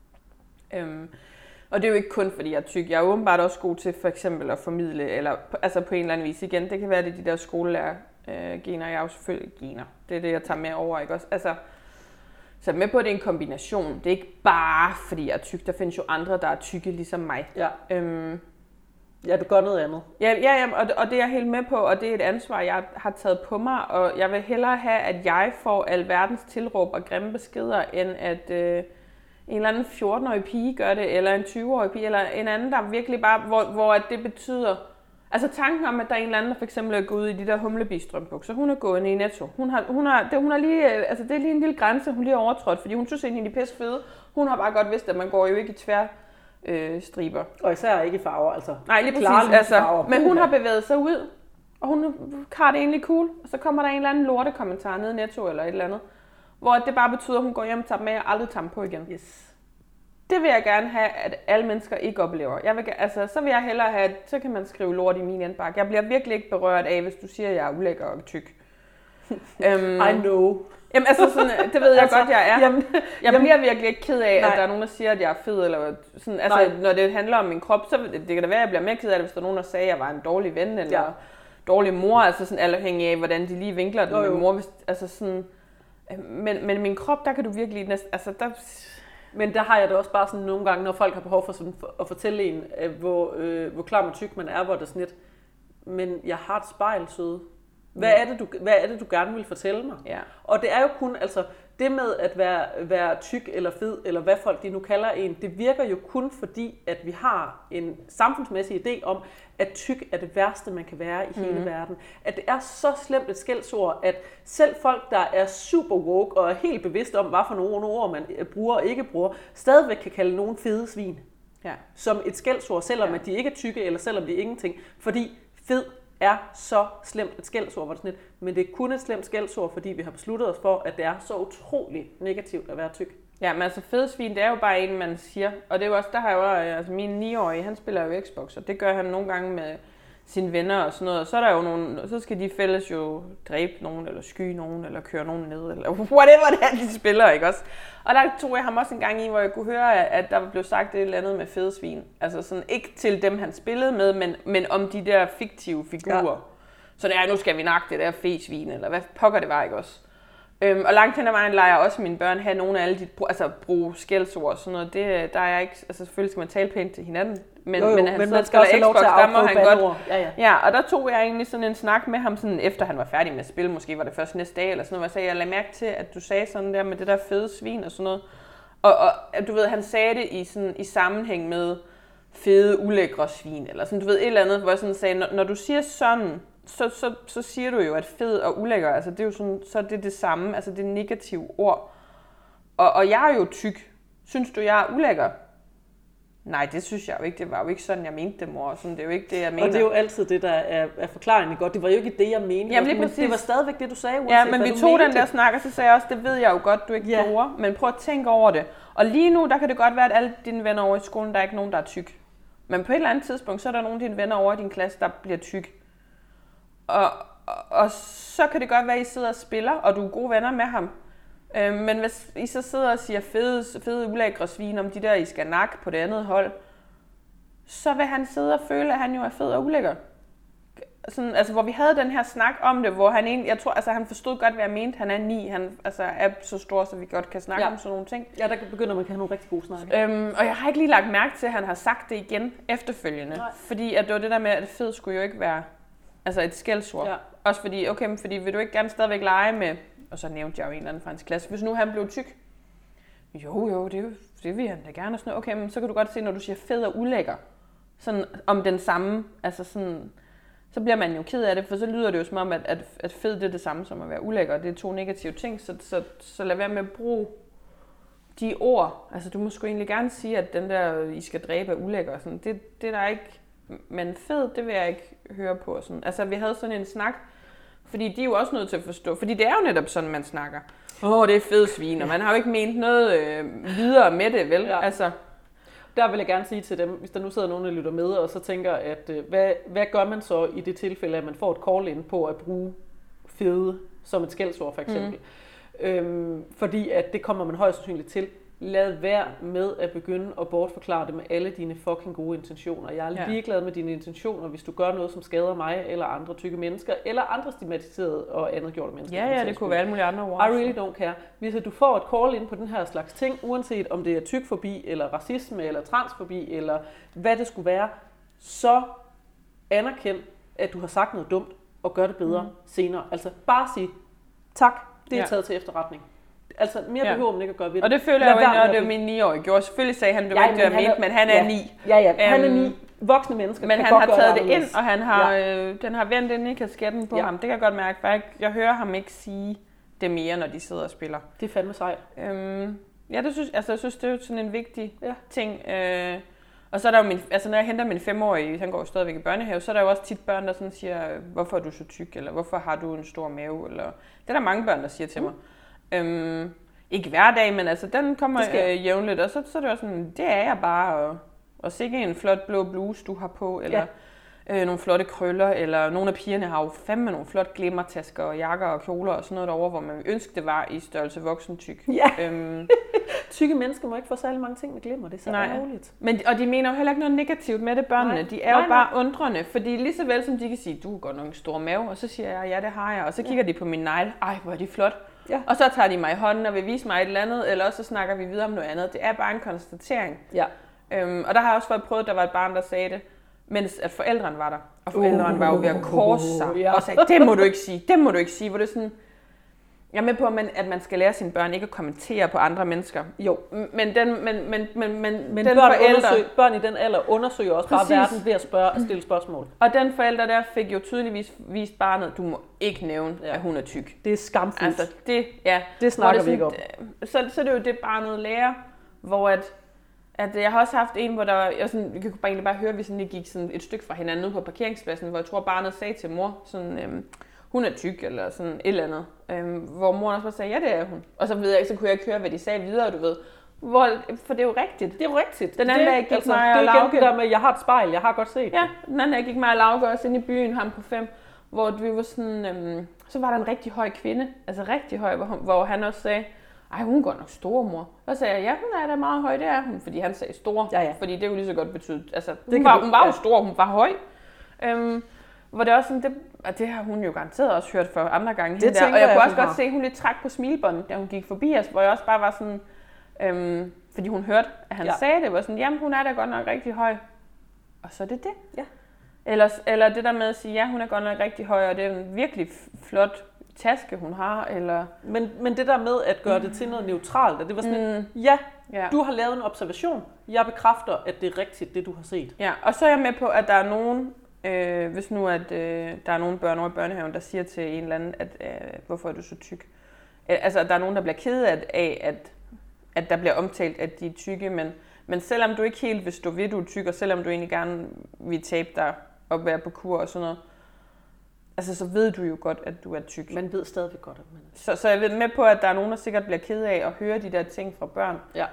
Øhm, Og det er jo ikke kun fordi jeg er tyk. Jeg er åbenbart også god til for eksempel at formidle, eller altså på en eller anden vis igen. Det kan være, det er de der skolelærer-gener. Jeg er jo selvfølgelig gener. Det er det, jeg tager med over, ikke også? Altså, så med på, at det er en kombination. Det er ikke bare fordi jeg er tyk. Der findes jo andre, der er tykke ligesom mig. Ja, øhm, ja du gør noget andet. Ja, ja, ja og, og det er jeg helt med på, og det er et ansvar, jeg har taget på mig. Og jeg vil hellere have, at jeg får alverdens tilråb og grimme beskeder, end at Øh, en eller anden fjorten-årig pige gør det, eller en tyve-årig pige, eller en anden, der virkelig bare, hvor, hvor det betyder, altså tanken om, at der er en eller anden, der for eksempel er gået ud i de der humlebistrømbukser, hun er gået ind i Netto, hun har, hun har, det, hun har lige, altså det er lige en lille grænse, hun lige har overtrådt, fordi hun synes egentlig, de er pisse fede. Hun har bare godt vidst, at man går jo ikke i tvær øh, striber. Og især ikke i farver, altså. Nej, lige præcis, altså, men hun har bevæget sig ud, og hun har det egentlig cool, og så kommer der en eller anden lortekommentar nede i Netto, eller et eller andet, hvor det bare betyder, at hun går hjem, tager med og aldrig tager dem på igen. Yes. Det vil jeg gerne have, at alle mennesker ikke oplever. Jeg vil, altså, så vil jeg hellere have, at så kan man skrive lort i min indbakke. Jeg bliver virkelig ikke berørt af, hvis du siger, at jeg er ulækker og tyk. um, I know. Jamen altså, sådan, det ved jeg altså, godt, jeg er. Jamen, jeg bliver jamen, virkelig ikke ked af, nej. At der er nogen, der siger, at jeg er fed. Eller sådan, altså, når det handler om min krop, så det kan da være, at jeg bliver mere ked af det, hvis der er nogen, der sagde, at jeg var en dårlig ven eller ja. dårlig mor. Altså sådan afhængig af, hvordan de lige vinkler den med mor. Hvis, altså sådan, men, men min krop, der kan du virkelig næsten... Altså, der, Men der har jeg det også bare sådan nogle gange, når folk har behov for sådan, at fortælle en, hvor, øh, hvor klam og tyk man er, hvor det er sådan lidt, men jeg har et spejl, søde. Hvad er det, du, hvad er det, du gerne vil fortælle mig? Ja. Og det er jo kun, altså det med at være, være tyk eller fed, eller hvad folk de nu kalder en, det virker jo kun fordi, at vi har en samfundsmæssig idé om, at tyk er det værste, man kan være i hele mm-hmm. verden. At det er så slemt et skældsord, at selv folk, der er super woke og er helt bevidste om, hvad for nogle ord man bruger og ikke bruger, stadigvæk kan kalde nogen fede svin. Ja. Som et skældsord, selvom ja. At de ikke er tykke, eller selvom de er ingenting. Fordi fed er så slemt et skældsord, hvor det sådan lidt, men det er kun et slemt skældsord, fordi vi har besluttet os for, at det er så utroligt negativt at være tyk. Ja, men altså fedsvin, det er jo bare en, man siger. Og det er jo også, der har jeg jo, altså min niårige, han spiller jo Xbox, og det gør han nogle gange med sine venner og sådan noget. Og så er der jo nogle, så skal de fælles jo dræbe nogen, eller skyde nogen, eller køre nogen ned, eller whatever det er, de spiller, ikke også? Og der tog jeg ham også en gang i, hvor jeg kunne høre, at der blev sagt et eller andet med fedsvin. Altså sådan, ikke til dem, han spillede med, men, men om de der fiktive figurer. Ja. Så det er, nu skal vi nakke det der fedsvin, eller hvad pokker det var, ikke også? Øhm, og langt hen ad vejen leger også mine børn have nogle af alle de, altså bruge skældsord og sådan noget. Det, der er jeg ikke, altså selvfølgelig skal man tale pænt til hinanden. Men, jo, jo, men, han men sidder man skal også have lov til at afprøve bandeord. Ja, ja. ja, og der tog jeg egentlig sådan en snak med ham, sådan, efter han var færdig med at spille. Måske var det først næste dag eller sådan noget, hvor jeg sagde, jeg lagde mærke til, at du sagde sådan der med det der fede svin og sådan noget. Og, og du ved, han sagde det i, sådan, i sammenhæng med fede, ulækre svin, eller sådan, du ved, et eller andet, hvor jeg sådan sagde, når, når du siger sådan, så, så, så siger du jo, at fed og ulækker, altså det er jo sådan, så er det det samme, altså det er negative ord. Og, og jeg er jo tyk. Synes du, jeg er ulækker? Nej, det synes jeg jo ikke. Det var jo ikke sådan, jeg mente det, mor. Sådan, det er jo ikke det, jeg mener. Og det er jo altid det, der er, er forklaringen godt. Det var jo ikke det, jeg mente. Jamen, men præcis. det var stadigvæk det, du sagde. Ja, men vi tog den der snak, og så sagde jeg også, det ved jeg jo godt, du ikke ja. gjorde. Men prøv at tænke over det. Og lige nu, der kan det godt være, at alle dine venner over i skolen, der er ikke nogen, der er tyk. Men på et eller andet tidspunkt, så er der nogle af dine venner over i din klasse, der bliver tyk. Og, og, og så kan det godt være, at I sidder og spiller, og du er gode venner med ham. Øh, men hvis I så sidder og siger fede, fede ulækre svin om de der, I skal nakke på det andet hold, så vil han sidde og føle, at han jo er fed og ulækker. Sådan, altså, hvor vi havde den her snak om det, hvor han egentlig, jeg tror, altså, han forstod godt, hvad jeg mente. Han er ni, han altså, er så stor, så vi godt kan snakke ja. om sådan nogle ting. Ja, der begynder man at have nogle rigtig gode snakke. Øhm, og jeg har ikke lige lagt mærke til, at han har sagt det igen efterfølgende. Nej. Fordi at det var det der med, at fed skulle jo ikke være altså et skældsord. Ja. Også fordi, okay, men fordi vil du ikke gerne stadigvæk lege med, og så nævnte jeg jo en eller anden fra hans klasse, hvis nu han blev tyk. Jo, jo, det, det vil han da gerne. Sådan, okay, men så kan du godt se, når du siger fed og ulækker, sådan om den samme, altså sådan, så bliver man jo ked af det, for så lyder det jo som om, at, at, at fed det er det samme som at være ulækker, det er to negative ting, så, så, så lad være med at bruge de ord. Altså du må sgu egentlig gerne sige, at den der, I skal dræbe er ulækker, sådan, det, det er der ikke, men fed, det vil jeg ikke høre på. Sådan. Altså vi havde sådan en snak, fordi de er jo også nødt til at forstå, fordi det er jo netop sådan, man snakker. Åh, oh, det er fed svin, og man har jo ikke ment noget øh, videre med det, vel? Ja. Altså, der vil jeg gerne sige til dem, hvis der nu sidder nogen, der lytter med, og så tænker, at øh, hvad, hvad gør man så i det tilfælde, at man får et call-in på at bruge fede som et skældsord, for eksempel. Mm. Øhm, fordi at det kommer man højst sandsynligt til. Lad være med at begynde at bortforklare det med alle dine fucking gode intentioner. Jeg er ja. ligeglad med dine intentioner, hvis du gør noget, som skader mig, eller andre tykke mennesker, eller andre stigmatiserede og andet gjorte mennesker. Ja, ja, det kunne være alle mulige andre ord. I really don't care. Hvis du får et call ind på den her slags ting, uanset om det er tykfobi, eller racisme, eller transfobi, eller hvad det skulle være, så anerkend, at du har sagt noget dumt, og gør det bedre mm. senere. Altså bare sig tak, det er ja. taget til efterretning. Altså, mere ja. behøver man ikke at gøre ved det. Og det føler jeg jo egentlig, at det min ni-årige gjorde. Selvfølgelig sagde han, det var ja, ikke det, jeg mente, men han er ja. ni. Ja, ja, han er ni. Voksne mennesker men kan han godt har gøre taget det det ind, og han har, ja. øh, den har vendt ind i kasketten på ja. ham. Det kan jeg godt mærke, for jeg, jeg hører ham ikke sige det mere, når de sidder og spiller. Det er fandme sejt. Øhm, ja, det synes, altså, jeg synes, det er sådan en vigtig ja. ting. Øh, og så er der jo min, altså når jeg henter min femårige, han går jo stadigvæk i børnehave, så er der jo også tit børn, der sådan siger, hvorfor er du så tyk, eller hvorfor har du en stor mave, eller det er der mange børn, der siger til mm. mig. Øhm, Ikke hver dag, men altså den kommer øh, jævnligt, og så, så er det også sådan, det er jeg bare, og, og sikke en flot blå bluse, du har på, eller ja. øh, nogle flotte krøller, eller nogle af pigerne har jo fandme nogle flotte glimmertasker og jakker og kjoler og sådan noget derovre, hvor man ønske det var i størrelse voksen tyk. Ja. Øhm, Tykke mennesker må ikke få særlig mange ting med glimmer, det er så ærgerligt. Men, og de mener jo heller ikke noget negativt med det, børnene. Nej. De er jo nej, bare nej. undrende, fordi lige så vel som de kan sige, du har godt nok en stor mave, og så siger jeg, ja det har jeg, og så kigger ja. de på min negle, ej hvor er de flot. Ja. Og så tager de mig i hånden og vil vise mig et eller andet, eller også så snakker vi videre om noget andet. Det er bare en konstatering. Ja. Øhm, og der har jeg også været prøvet, der var et barn, der sagde det, mens at forældrene var der. Og forældrene uh, var jo ved at korse sig, uh, ja. og sagde, det må du ikke sige, det må du ikke sige. Hvor det sådan, jeg er med på, at man skal lære sine børn ikke at kommentere på andre mennesker. Jo, men den, men, men, men, men, men den børn, forældre... børn i den alder undersøger også præcis. Bare verden ved at spørge og stille spørgsmål. Og den forælder der fik jo tydeligvis vist barnet, du må ikke nævne, ja. at hun er tyk. Det er skamfuldt. Altså, det, ja, det snakker det vi ikke om. Så, så det er jo det, barnet lærer, hvor at, at jeg har også haft en, hvor der, jeg, sådan, jeg kunne bare egentlig bare høre, at vi sådan lige gik sådan et stykke fra hinanden ud på parkeringspladsen, hvor jeg tror, barnet sagde til mor, sådan, øhm, hun er tyk, eller sådan et eller andet. Øhm, hvor moren også bare sagde, ja det er hun. Og så, ved jeg, så kunne jeg ikke høre, hvad de sagde videre, du ved. Hvor, for det er jo rigtigt. Det er jo rigtigt. Den anden dag gik altså, mig og Lauke. Det er igen det der med, jeg har et spejl, jeg har godt set ja, den anden dag gik mig og Lauke også ind i byen, ham på fem, hvor vi var sådan, øhm, så var der en rigtig høj kvinde, altså rigtig høj, hvor, hvor han også sagde, ej, hun går nok stor, mor. Og så sagde jeg, ja, hun er da meget høj, det er hun, fordi han sagde stor. Ja, ja. Fordi det er jo lige så godt betydet, altså, hun, var, hun var jo stor, hun var høj. Øhm, hvor det også sådan, det, og det har hun jo garanteret også hørt for andre gange. Det der. Og jeg, jeg kunne også har. godt se, at hun lidt trak på smilebåndet, da hun gik forbi os, hvor jeg også bare var sådan, øhm, fordi hun hørte, at han ja. sagde det, var sådan, jamen hun er da godt nok rigtig høj. Og så er det det. Ja. Eller, eller det der med at sige, ja hun er godt nok rigtig høj, og det er en virkelig flot taske, hun har. Eller... Men, men det der med at gøre det til noget neutralt, det var sådan, mm. ja, ja, du har lavet en observation, jeg bekræfter, at det er rigtigt, det du har set. Ja, og så er jeg med på, at der er nogen, øh, hvis nu at øh, der er nogen børn over i børnehaven, der siger til en eller anden, at øh, hvorfor er du så tyk? Altså, der er nogen, der bliver ked af, at, at der bliver omtalt, at de er tykke, men, men selvom du ikke helt vil stå ved, du er tyk, og selvom du egentlig gerne vil tabe dig og være på kur og sådan noget, altså, så ved du jo godt, at du er tyk. Man ved stadigvæk godt, at man er så, så jeg er med på, at der er nogen, der sikkert bliver ked af at høre de der ting fra børn. Ja.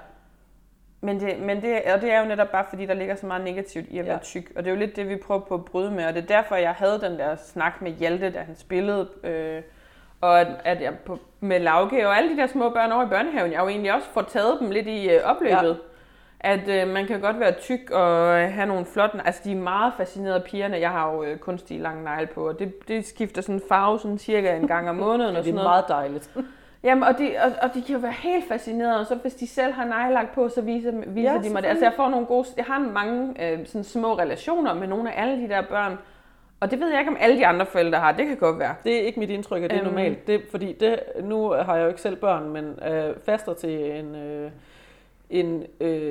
Men det, men det, og det er jo netop bare, fordi der ligger så meget negativt i at være ja. tyk. Og det er jo lidt det, vi prøver på at bryde med. Og det er derfor, jeg havde den der snak med Hjalte, da han spillede. Øh, og at, at jeg på, med Lauke og alle de der små børn over i børnehaven, jeg har jo egentlig også fået taget dem lidt i øh, opløbet. Ja. At øh, man kan godt være tyk og have nogle flotte... Altså, de er meget fascinerede pigerne. Jeg har jo øh, kunstige lange negle på, og det, det skifter sådan farve sådan cirka en gang om måneden. Ja, og det er sådan meget dejligt. Jamen, og de, og, og de kan jo være helt fascinerede, og så hvis de selv har neglelagt på, så viser, viser ja, de mig det. Altså, jeg får nogle gode... Jeg har mange øh, sådan små relationer med nogle af alle de der børn, og det ved jeg ikke, om alle de andre forældre har. Det kan godt være. Det er ikke mit indtryk, at det er øhm. normalt. Det, fordi det, nu har jeg jo ikke selv børn, men øh, faster til en... Øh, En,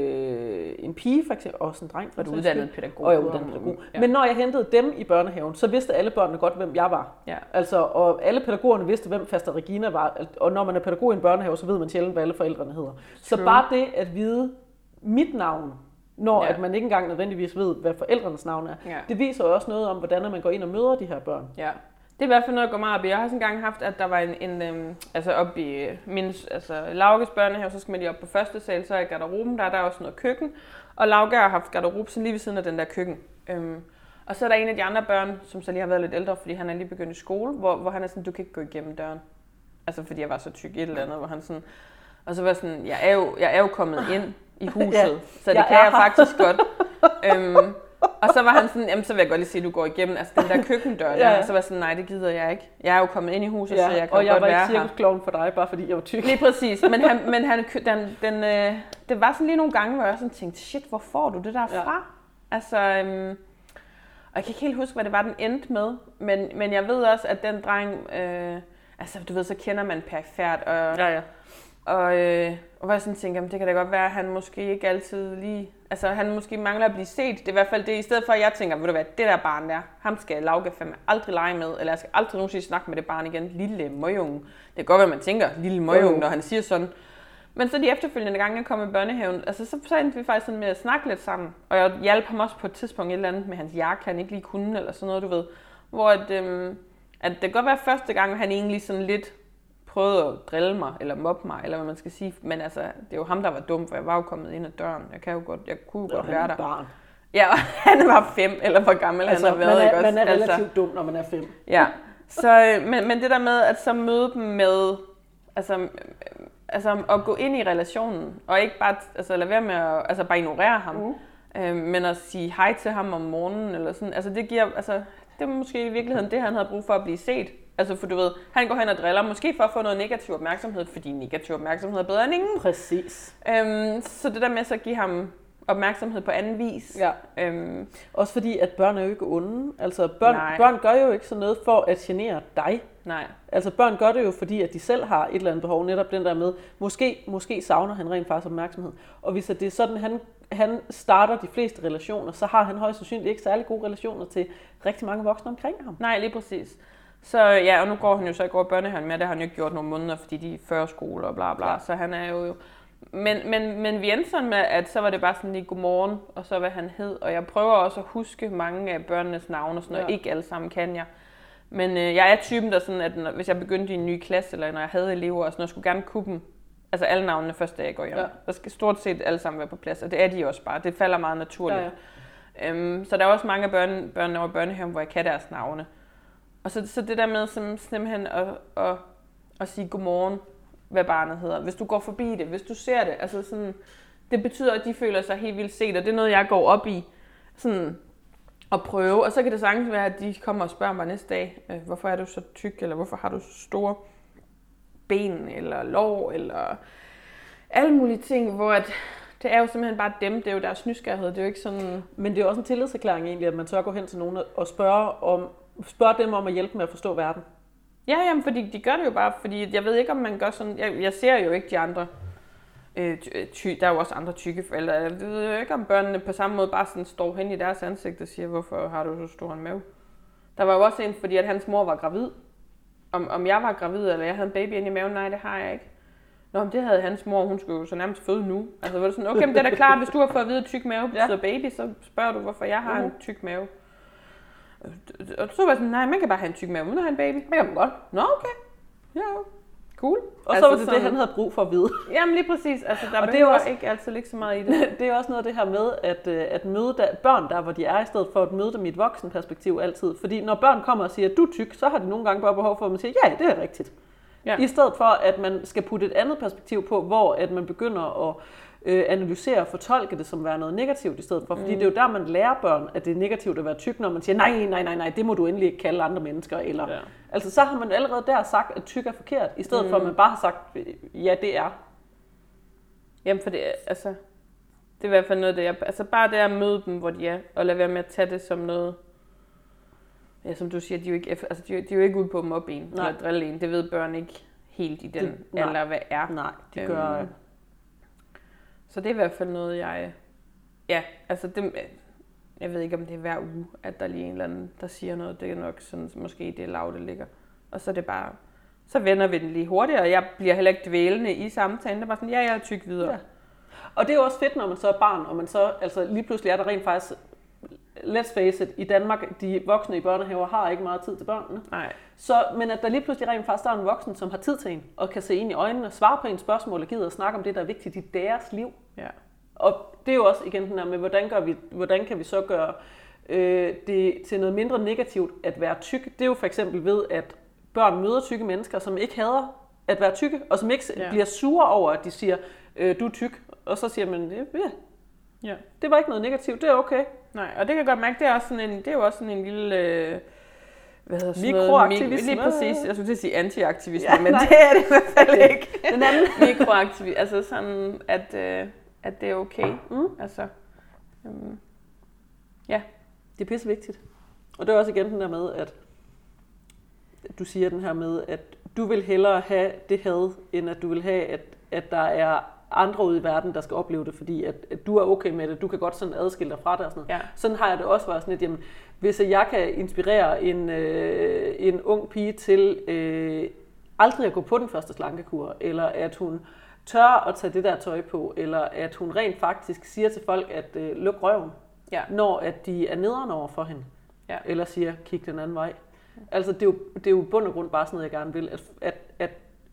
øh, en pige for eksempel, og også en dreng. Og du er uddannet pædagog. Og jeg er uddannet pædagog. Ja. Men når jeg hentede dem i børnehaven, så vidste alle børnene godt, hvem jeg var. Ja. Altså, og alle pædagogerne vidste, hvem Faster Regina var. Og når man er pædagog i en børnehave, så ved man sjældent, hvad alle forældrene hedder. True. Så bare det at vide mit navn, når ja. at man ikke engang nødvendigvis ved, hvad forældrenes navn er, ja. det viser jo også noget om, hvordan man går ind og møder de her børn. Ja. Det er i hvert fald noget, der går meget op i. Jeg har også engang haft, at der var en, en øhm, altså op i min, altså Laukes børnehave, så skal man lige op på første sal, så er i garderoben, der er der også noget køkken, og Lauke har haft garderobe sådan lige ved siden af den der køkken. Øhm, og så er der en af de andre børn, som så lige har været lidt ældre, fordi han er lige begyndt i skole, hvor, hvor han er sådan, du kan ikke gå igennem døren. Altså fordi jeg var så tyk et eller andet, hvor han sådan, og så var sådan, jeg er jo, jeg er jo kommet ind i huset, ja, så det jeg kan jeg faktisk godt. Øhm, Og så var han sådan, jamen så vil jeg godt lige sige, at du går igennem altså den der køkkendør der. Ja. Og så var jeg sådan, nej det gider jeg ikke. Jeg er jo kommet ind i huset, ja, så jeg kan og jeg godt være her. Og jeg var ikke cirkusklovn for dig, bare fordi jeg var tyk. Lige præcis, men, han, men han, den, den, øh, det var sådan lige nogle gange, hvor jeg sådan tænkte, shit, hvor får du det der fra? Ja. Altså, øhm, og jeg kan ikke helt huske, hvad det var, den endte med. Men, men jeg ved også, at den dreng, øh, altså du ved, så kender man perifært. Og, ja, ja. Og, øh, og hvor jeg sådan tænker, det kan da godt være, at han måske ikke altid lige... Altså, han måske mangler at blive set. Det er i hvert fald det, i stedet for, at jeg tænker, ved du hvad, det der barn der, ham skal Lauke fandme aldrig lege med, eller jeg skal aldrig nogensinde snakke med det barn igen. Lille møgunge. Det kan godt være, man tænker, lille møgunge, når han siger sådan. Men så de efterfølgende gange, jeg kom i børnehaven, altså, så, så endte vi faktisk sådan med at snakke lidt sammen. Og jeg hjalp ham også på et tidspunkt et eller andet med hans jakke, han ikke lige kunne, eller sådan noget, du ved. Hvor at, øhm, at det kan godt være første gang, han egentlig sådan lidt prøvede at drille mig, eller mobbe mig, eller hvad man skal sige. Men altså, det er jo ham, der var dum, for jeg var jo kommet ind ad døren. Jeg kan jo godt, jeg kunne jo godt være der. Barn. Ja, og han var fem, eller hvor gammel altså, han har været. Man er, ikke man er også? relativt altså, dum, når man er fem. Ja, så, men, men det der med at så møde dem med, altså, altså at gå ind i relationen, og ikke bare altså, lade være med at altså, bare ignorere ham, mm. øh, men at sige hej til ham om morgenen, eller sådan. Altså det giver, altså, det var måske i virkeligheden det, han havde brug for at blive set. Altså for du ved, han går hen og driller, måske for at få noget negativ opmærksomhed, fordi negativ opmærksomhed er bedre end ingen. Præcis. Øhm, så det der med så at give ham opmærksomhed på anden vis. Ja. Øhm, Også fordi, at børn er jo ikke onde. Altså børn, børn gør jo ikke sådan noget for at genere dig. Nej. Altså børn gør det jo, fordi at de selv har et eller andet behov, netop den der med, måske, måske savner han rent faktisk opmærksomhed. Og hvis det er sådan, han, han starter de fleste relationer, så har han højst sandsynligt ikke særlig gode relationer til rigtig mange voksne omkring ham. Nej, lige præcis. Så ja, og nu går han jo så ikke over børnehaven mere, det har han jo ikke gjort nogle måneder, fordi de er før skole og bla bla, ja. Så han er jo... Men, men, men vi endte sådan med, at så var det bare sådan lige godmorgen, og så hvad han hed, og jeg prøver også at huske mange af børnenes navne og sådan noget, ja. Ikke alle sammen kan jeg. Men øh, jeg er typen, der sådan, at når, hvis jeg begyndte i en ny klasse, eller når jeg havde elever og sådan noget, skulle gerne kunne dem, altså alle navnene første dag jeg går hjem. Ja. Der skal stort set alle sammen være på plads, og det er de også bare, det falder meget naturligt. Ja, ja. Øhm, så der er også mange af børn, børnene over børnehaven, hvor jeg kan deres navne. Og så, så det der med som, simpelthen at, at, at sige godmorgen, hvad barnet hedder. Hvis du går forbi det, hvis du ser det, altså sådan, det betyder, at de føler sig helt vildt set, og det er noget, jeg går op i. Sådan, at prøve. Og så kan det sagtens være, at de kommer og spørger mig næste dag, øh, hvorfor er du så tyk, eller hvorfor har du så store ben, eller lår, eller alle mulige ting, hvor at det er jo simpelthen bare dem, det er jo deres nysgerrighed, det er jo ikke sådan... Men det er også en tillidserklæring egentlig, at man tør gå hen til nogen og spørge, om, spørge dem om at hjælpe med at forstå verden. Ja, jamen, fordi de gør det jo bare, fordi jeg ved ikke, om man gør sådan... Jeg, jeg ser jo ikke de andre... Øh, ty, der er jo også andre tykke forældre. Jeg ved jo ikke, om børnene på samme måde bare sådan står hen i deres ansigt og siger, hvorfor har du så stor en mave? Der var jo også en, fordi at hans mor var gravid. Om, om jeg var gravid, eller jeg havde en baby inde i maven, nej, det har jeg ikke. Nå, men det havde hans mor, hun skulle jo så nærmest føde nu. Altså var det sådan, okay, men det er da klart, hvis du har fået at vide, at tyk mave betyder ja. baby, så spørger du, hvorfor jeg har mm. en tyk mave. Og så var jeg sådan, nej, man kan bare have en tyk mave, uden at have en baby. Det kan man godt. Nå, okay. Ja, cool. Og altså, så var det sådan, det, han havde brug for at vide. Jamen lige præcis. Altså, der og behøver det er også, ikke altid ligge så meget i det. Det er også noget af det her med, at, at møde der, børn der, hvor de er, i stedet for at møde dem i et voksenperspektiv altid. Fordi når børn kommer og siger, at du er tyk, så har de nogle gange bare behov for, at man siger, ja, det er rigtigt. Ja. I stedet for, at man skal putte et andet perspektiv på, hvor at man begynder at øh, analysere og fortolke det som være noget negativt i stedet for. Fordi mm. det er jo der, man lærer børn, at det er negativt at være tyk, når man siger, nej, nej, nej, nej, det må du endelig ikke kalde andre mennesker. Eller, ja. Altså så har man allerede der sagt, at tyk er forkert, i stedet mm. for, at man bare har sagt, ja, det er. Jamen for det, altså, det er i hvert fald noget, det er, altså bare det at møde dem, hvor de er, og lade være med at tage det som noget. Ja, som du siger, de er jo ikke, altså, de er, de er jo ikke ude på at mobbe en eller drille en. Det ved børn ikke helt i den det, alder, hvad er. Nej, de gør... Øhm, så det er i hvert fald noget, jeg... Ja, altså det, jeg ved ikke, om det er hver uge, at der lige er en eller anden, der siger noget. Det er nok sådan, måske det er lav, det ligger. Og så er det bare... Så vender vi den lige hurtigt, og jeg bliver heller ikke dvælende i samtalen. Det er bare sådan, ja, jeg er tyk videre. Ja. Og det er jo også fedt, når man så er barn, og man så... Altså lige pludselig er der rent faktisk... Let's face it, i Danmark, de voksne i børnehaver har ikke meget tid til børnene. Nej. Så, men at der lige pludselig rent faktisk er en voksen, som har tid til en, og kan se ind i øjnene, svare på en spørgsmål og gider at snakke om det, der er vigtigt i deres liv. Ja. Og det er jo også igen den her med, hvordan, gør vi, hvordan kan vi så gøre øh, det til noget mindre negativt at være tyk. Det er jo for eksempel ved, at børn møder tykke mennesker, som ikke hader at være tykke, og som ikke ja. bliver sure over, at de siger, øh, du er tyk. Og så siger man, ja, ja, det var ikke noget negativt, det er okay. Nej, og det kan jeg godt mærke, det er, også sådan en, det er jo også sådan en lille... Øh, hvad hedder sådan mikroaktivisme. Lige præcis, jeg skulle til at sige anti-aktivisme, ja, men nej. Det er det i hvert fald ikke. Den anden mikroaktivisme, altså sådan, at, øh, at det er okay. Mm. Altså, øhm, ja. Det er pisse vigtigt. Og det er også igen den der med, at du siger den her med, at du vil hellere have det had, end at du vil have, at, at der er andre ude i verden, der skal opleve det, fordi at, at du er okay med det, du kan godt sådan adskille dig fra det og sådan noget. Ja. Sådan har jeg det også været sådan lidt, jamen, hvis jeg kan inspirere en, øh, en ung pige til øh, aldrig at gå på den første slankekur, eller at hun tør at tage det der tøj på, eller at hun rent faktisk siger til folk, at øh, luk røven, ja. når at de er nederen over for hende, ja. eller siger, kig den anden vej. Altså det er jo, det er jo bund og grund bare sådan noget, jeg gerne vil, at, at, at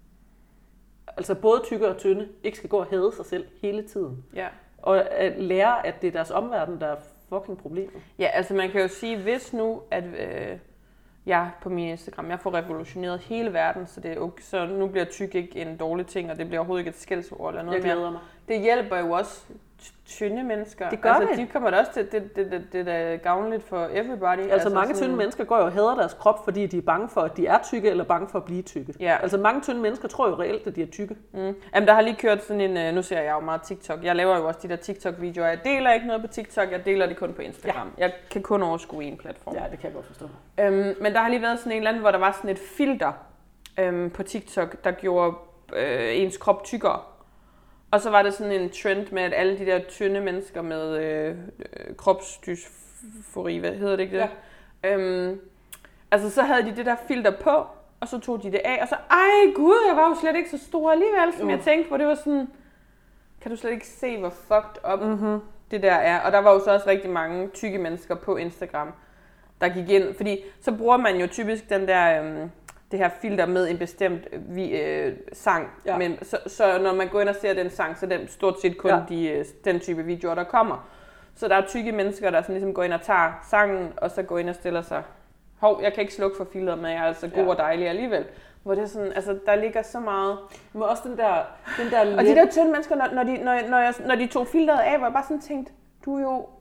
altså både tykke og tynde ikke skal gå og hade sig selv hele tiden. Ja. Og at lære, at det er deres omverden, der er fucking problemet. Ja, altså man kan jo sige, hvis nu, at øh, jeg på min Instagram, jeg får revolutioneret hele verden, så, det er okay, så nu bliver tyk ikke en dårlig ting, og det bliver overhovedet ikke et skældsord eller noget. Jeg glæder mig. Det hjælper jo også tynde mennesker. Det gør altså, det. De kommer da også til, det, det, det, det er gavnligt for everybody. Altså, altså mange sådan... tynde mennesker går jo og hader deres krop, fordi de er bange for, at de er tykke, eller bange for at blive tykke. Ja. Altså mange tynde mennesker tror jo reelt, at de er tykke. Mm. Jamen der har lige kørt sådan en, nu ser jeg jo meget TikTok, jeg laver jo også de der TikTok-videoer, jeg deler ikke noget på TikTok, jeg deler det kun på Instagram. Ja. Jeg kan kun overskue en platform. Ja, det kan jeg godt forstå. Øhm, men der har lige været sådan en eller anden, hvor der var sådan et filter øhm, på TikTok, der gjorde øh, ens krop tykkere. Og så var det sådan en trend med, at alle de der tynde mennesker med øh, kropsdysfori, hvad hedder det ikke det? Ja. Øhm, altså så havde de det der filter på, og så tog de det af, og så, ej gud, jeg var jo slet ikke så stor alligevel, som uh. jeg tænkte, hvor det var sådan, kan du slet ikke se, hvor fucked up mm-hmm. det der er? Og der var jo så også rigtig mange tykke mennesker på Instagram, der gik ind, fordi så bruger man jo typisk den der... Øhm, det her filter med en bestemt vi, øh, sang. Ja. Men, så, så når man går ind og ser den sang, så er det stort set kun ja. de, den type videoer, der kommer. Så der er tykke mennesker, der sådan ligesom går ind og tager sangen, og så går ind og stiller sig, hov, jeg kan ikke slukke for filteret, men jeg er altså god ja. og dejlig alligevel. Hvor det er sådan, altså der ligger så meget. Men også den der, den der og de der tynde mennesker, når, når, de, når, når, jeg, når de tog filteret af, hvor jeg bare sådan tænkte, du er jo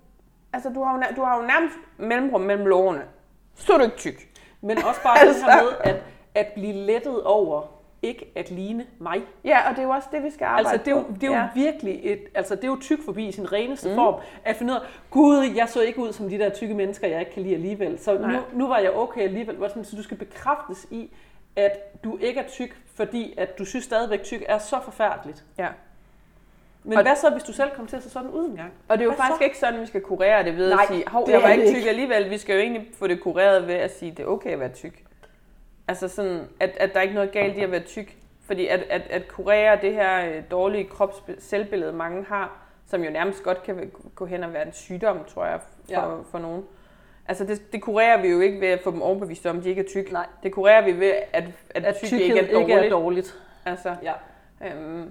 altså du har jo, du har jo nærmest mellemrum mellem lårene. Så er du ikke tyk. Men også bare altså. det her med, at, at blive lettet over, ikke at ligne mig. Ja, og det er jo også det, vi skal arbejde altså, det er jo, det er jo ja. virkelig et, altså det er jo tyk forbi i sin reneste mm. form, at finde ud af, gud, jeg så ikke ud som de der tykke mennesker, jeg ikke kan lide alligevel. Så nu, nu var jeg okay alligevel. Så du skal bekræftes i, at du ikke er tyk, fordi at du synes stadigvæk, tyk er så forfærdeligt. Ja. Men og hvad så, hvis du selv kommer til at se sådan ud en gang? Og det er jo hvad faktisk så? ikke sådan, vi skal kurere det ved Nej, at sige, hov, det jeg var ikke tyk ikke. alligevel. Vi skal jo egentlig få det kureret ved at sige, det er okay at være tyk. Altså sådan, at, at der er ikke noget galt i at være tyk. Fordi at, at, at kurere det her dårlige krops-selvbillede, mange har, som jo nærmest godt kan gå hen og være en sygdom, tror jeg, for, ja. for nogen. Altså det, det kurerer vi jo ikke ved at få dem overbevist om, at de ikke er tyk. Nej. Det kurerer vi ved, at, at, at tyk ikke er dårligt. Ikke er dårligt. Altså, ja. øhm,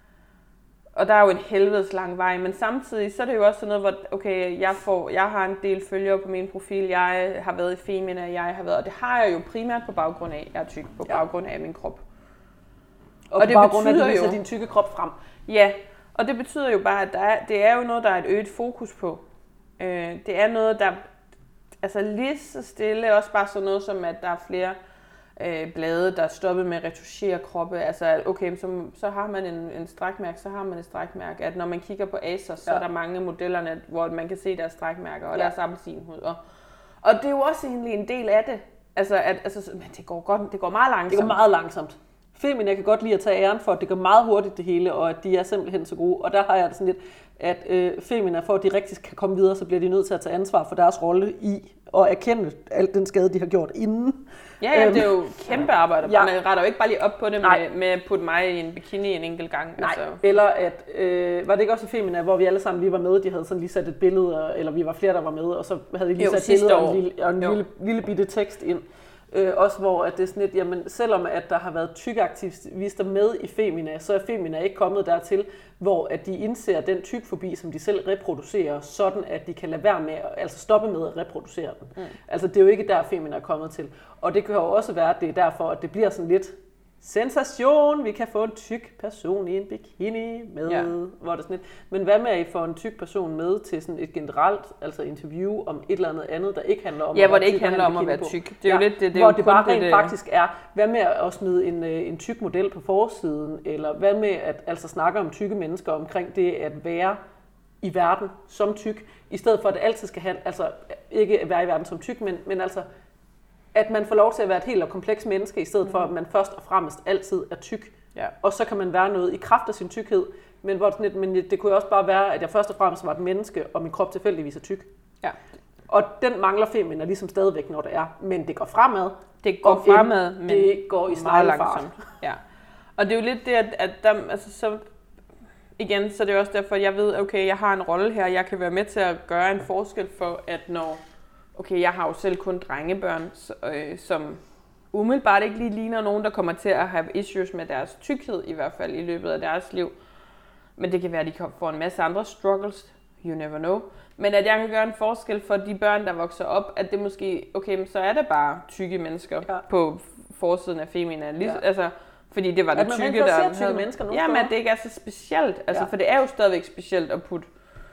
og der er jo en helvedes lang vej, men samtidig så er det jo også sådan noget, hvor okay, jeg, får, jeg har en del følgere på min profil, jeg har været i Femina, jeg har været, og det har jeg jo primært på baggrund af, at jeg er tyk, på baggrund af min krop. Og, og det baggrund af, at du viser din tykke krop frem. Ja, og det betyder jo bare, at der er, det er jo noget, der er et øget fokus på. Øh, det er noget, der altså lige så stille, også bare sådan noget som, at der er flere øh, blade, der er stoppet med at retuschere kroppe. Altså okay, så, så har man en, en strækmærke, så har man et strækmærke. At når man kigger på Asos, så ja. er der mange modellerne, hvor man kan se deres strækmærker og ja. deres appelsinhud. Og, og det er jo også egentlig en del af det. Altså, at, altså, men det går, godt, det går meget langsomt. Det går meget langsomt. Femina kan godt lide at tage æren for, at det går meget hurtigt det hele, og at de er simpelthen så gode. Og der har jeg det sådan lidt, at øh, Femina, for at de rigtig kan komme videre, så bliver de nødt til at tage ansvar for deres rolle i og erkende alt den skade, de har gjort inden. Ja, ja, det er jo kæmpe arbejde. Ja. Man retter jo ikke bare lige op på det med, med at putte mig i en bikini en enkelt gang. Nej, altså. Eller at, øh, var det ikke også i Femina, hvor vi alle sammen lige var med, de havde sådan lige sat et billede, eller vi var flere, der var med, og så havde de lige jo, sat et billede og en, lille, og en lille, lille bitte tekst ind. Øh, også hvor at det er sådan lidt, jamen selvom at der har været tykaktivister med i Femina, så er Femina ikke kommet dertil, hvor at de indser den tykfobi, som de selv reproducerer, sådan at de kan lade være med, altså stoppe med at reproducere den. Mm. Altså det er jo ikke der, Femina er kommet til. Og det kan jo også være, at det er derfor, at det bliver sådan lidt sensation, vi kan få en tyk person i en bikini med, ja. hvor det sådan lidt. Men hvad med, at I får en tyk person med til sådan et generelt altså interview om et eller andet andet, der ikke handler om ja, at hvor være det ikke tyk, handler om at være tyk. Det er ja, jo lidt det, det hvor er jo det bare det, rent det. faktisk er, hvad med at smide en, en tyk model på forsiden, eller hvad med at altså snakke om tykke mennesker omkring det at være i verden som tyk, i stedet for at det altid skal handle, altså ikke at være i verden som tyk, men, men altså at man får lov til at være et helt og kompleks menneske, i stedet for at man først og fremmest altid er tyk. Ja. Og så kan man være noget i kraft af sin tykkhed, men, hvor det, men det kunne jo også bare være, at jeg først og fremmest var et menneske, og min krop tilfældigvis er tyk. Ja. Og den mangler Femina ligesom stadigvæk, når det er. Men det går fremad. Det går fremad, men det går i sneglefart. Ja. Og det er jo lidt det, at, at der, altså så igen, så det er også derfor, at jeg ved, okay, jeg har en rolle her, jeg kan være med til at gøre en forskel for, at når okay, jeg har jo selv kun drengebørn, øh, som umiddelbart ikke lige ligner nogen, der kommer til at have issues med deres tykkhed, i hvert fald i løbet af deres liv. Men det kan være, at de får en masse andre struggles, you never know. Men at jeg kan gøre en forskel for de børn, der vokser op, at det måske, okay, så er det bare tykke mennesker ja. på forsiden af Femina. Lige, ja. Altså, fordi det var den tykke, der havde... tykke mennesker nu. Jamen, at det ikke er så specielt. Altså, ja. For det er jo stadigvæk specielt at putte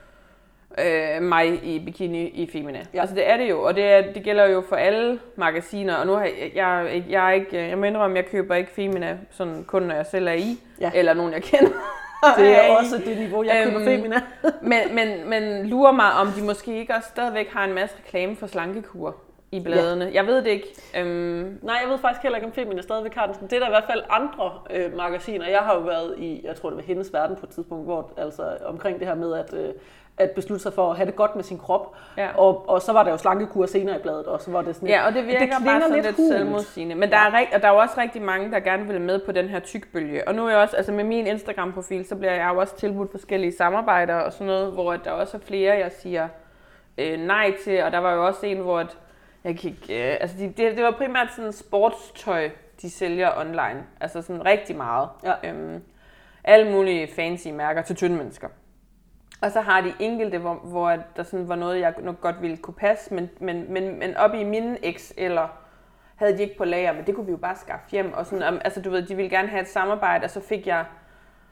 Øh, mig i bikini i Femina. Ja. Altså det er det jo, og det, er, det gælder jo for alle magasiner, og nu har jeg, jeg, jeg, ikke, jeg må indrømme, jeg køber ikke Femina sådan kun når jeg selv er i, ja. eller nogen jeg kender. Det er også det niveau, jeg køber øhm, Femina. men, men, men lurer mig, om de måske ikke også stadigvæk har en masse reklame for slankekur i bladene. Ja. Jeg ved det ikke. Øhm... Nej, jeg ved faktisk heller ikke, om Femina stadigvæk har den. Det er der i hvert fald andre øh, magasiner. Jeg har jo været i, jeg tror det var Hendes Verden på et tidspunkt, hvor altså omkring det her med, at øh, at beslutte sig for at have det godt med sin krop. Ja. Og, og så var der jo slankekur senere i bladet også, hvor det sådan ja, og det virker det bare sådan lidt, lidt selvmodsigende. Men ja. der, er rigt, og der er jo også rigtig mange, der gerne vil med på den her tykbølge. Og nu er jeg også, altså med min Instagram-profil, så bliver jeg jo også tilbudt forskellige samarbejder og sådan noget, hvor der også er flere, jeg siger øh, nej til. Og der var jo også en, hvor at, jeg gik, øh, altså de, det, det var primært sådan sportstøj, de sælger online. Altså sådan rigtig meget. Ja. Øhm, alle mulige fancy mærker til tynde mennesker. Og så har de enkelte, hvor, hvor der sådan var noget, jeg nok godt ville kunne passe, men, men, men, men op i mine X eller havde de ikke på lager, men det kunne vi jo bare skaffe hjem. Og sådan, altså du ved, de ville gerne have et samarbejde, og så fik jeg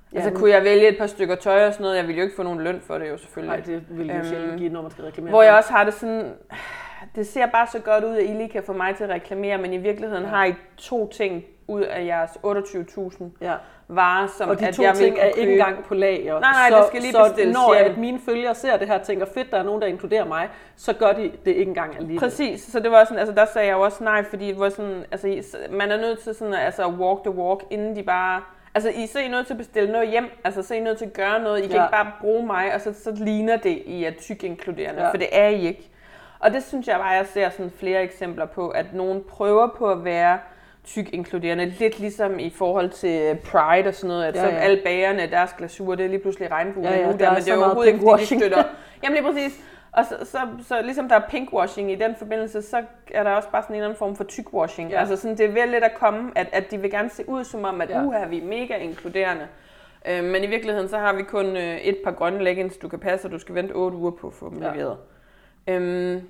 Ja, altså kunne jeg vælge et par stykker tøj og sådan noget, jeg ville jo ikke få nogen løn for det jo selvfølgelig. Nej, det ville jo øhm, sjældent give, når man skal reklamere. Hvor jeg også har det sådan, det ser bare så godt ud, at I lige kan få mig til at reklamere, men i virkeligheden ja. har I to ting ud af jeres otteogtyve tusind ja. varer, som og de at to jeg ting vil er ikke engang på lager. Nej, nej, så, det skal lige så bestilles når hjem. at mine følgere ser det her og tænker, fedt, der er nogen, der inkluderer mig, så gør de det ikke engang alligevel. Præcis, så det var sådan, altså der sagde jeg jo også nej, fordi det var sådan, altså, man er nødt til sådan, altså walk the walk, inden de bare, altså I så er I nødt til at bestille noget hjem, altså så er I nødt til at gøre noget, I kan ja. ikke bare bruge mig, og så, så ligner det, I er tyk inkluderende, ja. for det er I ikke. Og det synes jeg bare, jeg ser sådan flere eksempler på, at nogen prøver på at være tyk inkluderende, lidt ligesom i forhold til Pride og sådan noget, at ja, ja. så alle bagerne, deres glasur, det er lige pludselig regnbue ja, ja, nu, der, men det er overhovedet ikke, fordi de støtter. Jamen lige præcis. Og så, så, så ligesom der er pinkwashing i den forbindelse, så er der også bare sådan en eller anden form for tykWashing. Ja. Altså sådan, det er vel lidt at komme, at, at de vil gerne se ud som om, at ja. uha, vi er mega inkluderende. Øh, men i virkeligheden, så har vi kun øh, et par grønne leggings, du kan passe, og du skal vente otte uger på at få dem leveret. Ja. Øhm,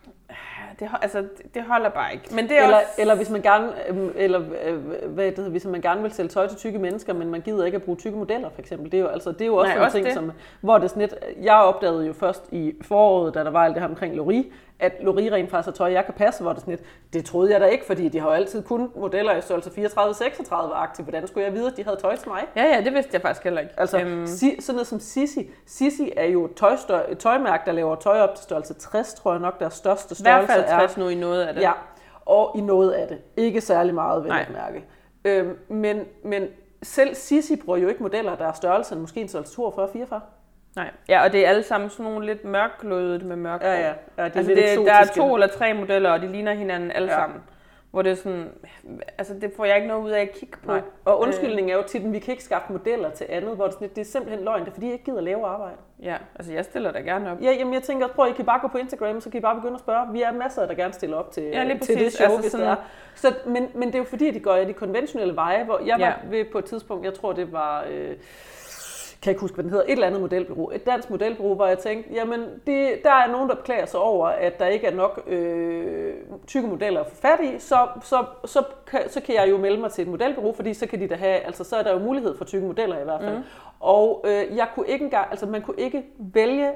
Det, altså, det holder bare ikke. Men det er eller, også... eller hvis man gerne eller hvad det hedder, hvis man gerne vil sælge tøj til tykke mennesker, men man gider ikke at bruge tykke modeller for eksempel. Det er jo altså det er jo også Nej, en også ting det. som hvor det sådan lidt, jeg opdagede jo først i foråret, da der var alt det her omkring Lori, at Lori rent faktisk er tøj, jeg kan passe, hvor det sådan lidt, det troede jeg da ikke, fordi de har jo altid kun modeller i størrelse fireogtredive seksogtredive-agtigt. Hvordan skulle jeg vide, at de havde tøj til mig? Ja, ja, det vidste jeg faktisk heller ikke. Altså, um... si, sådan noget som Sissi. Sissi er jo et tøjstør, tøjmærke, der laver tøj op til størrelse tres, tror jeg nok, deres største størrelse er. I hvert fald tres nu i noget af det. Ja, og i noget af det. Ikke særlig meget, vil jeg mærke. Øhm, men, men selv Sissi bruger jo ikke modeller, der er størrelse end måske en størrelse toogfyrre fireogfyrre. Nej, ja, og det er alle sammen sådan nogle lidt mørklødet med mørk hår. Ja, ja. ja det er altså det, der er to eller tre modeller, og de ligner hinanden alle ja. sammen. Hvor det er sådan, altså det får jeg ikke noget ud af at kigge på. Nej. Og undskyldningen er jo tit, at vi kan ikke skaffe modeller til andet, hvor det, sådan, det er simpelthen løgn, det er fordi, jeg ikke gider lave arbejde. Ja, altså jeg stiller da gerne op. Ja, jamen jeg tænker også, prøv, I kan bare gå på Instagram, så kan I bare begynde at spørge. Vi er masser, der gerne stiller op til, ja, til det show, altså hvis sådan... det er. Så, men, men det er jo fordi, de går af de konventionelle veje, hvor jeg var ja. ved på et tidspunkt, jeg tror det var... Øh, kan jeg ikke huske, hvad den hedder, et eller andet modelbureau, et dansk modelbureau, hvor jeg tænkte, jamen, det, der er nogen, der beklager sig over, at der ikke er nok øh, tykke modeller at få fat i, så, så, så, kan, så kan jeg jo melde mig til et modelbureau, fordi så kan de da have, altså så er der jo mulighed for tykke modeller i hvert fald. Mm. Og øh, jeg kunne ikke engang, altså man kunne ikke vælge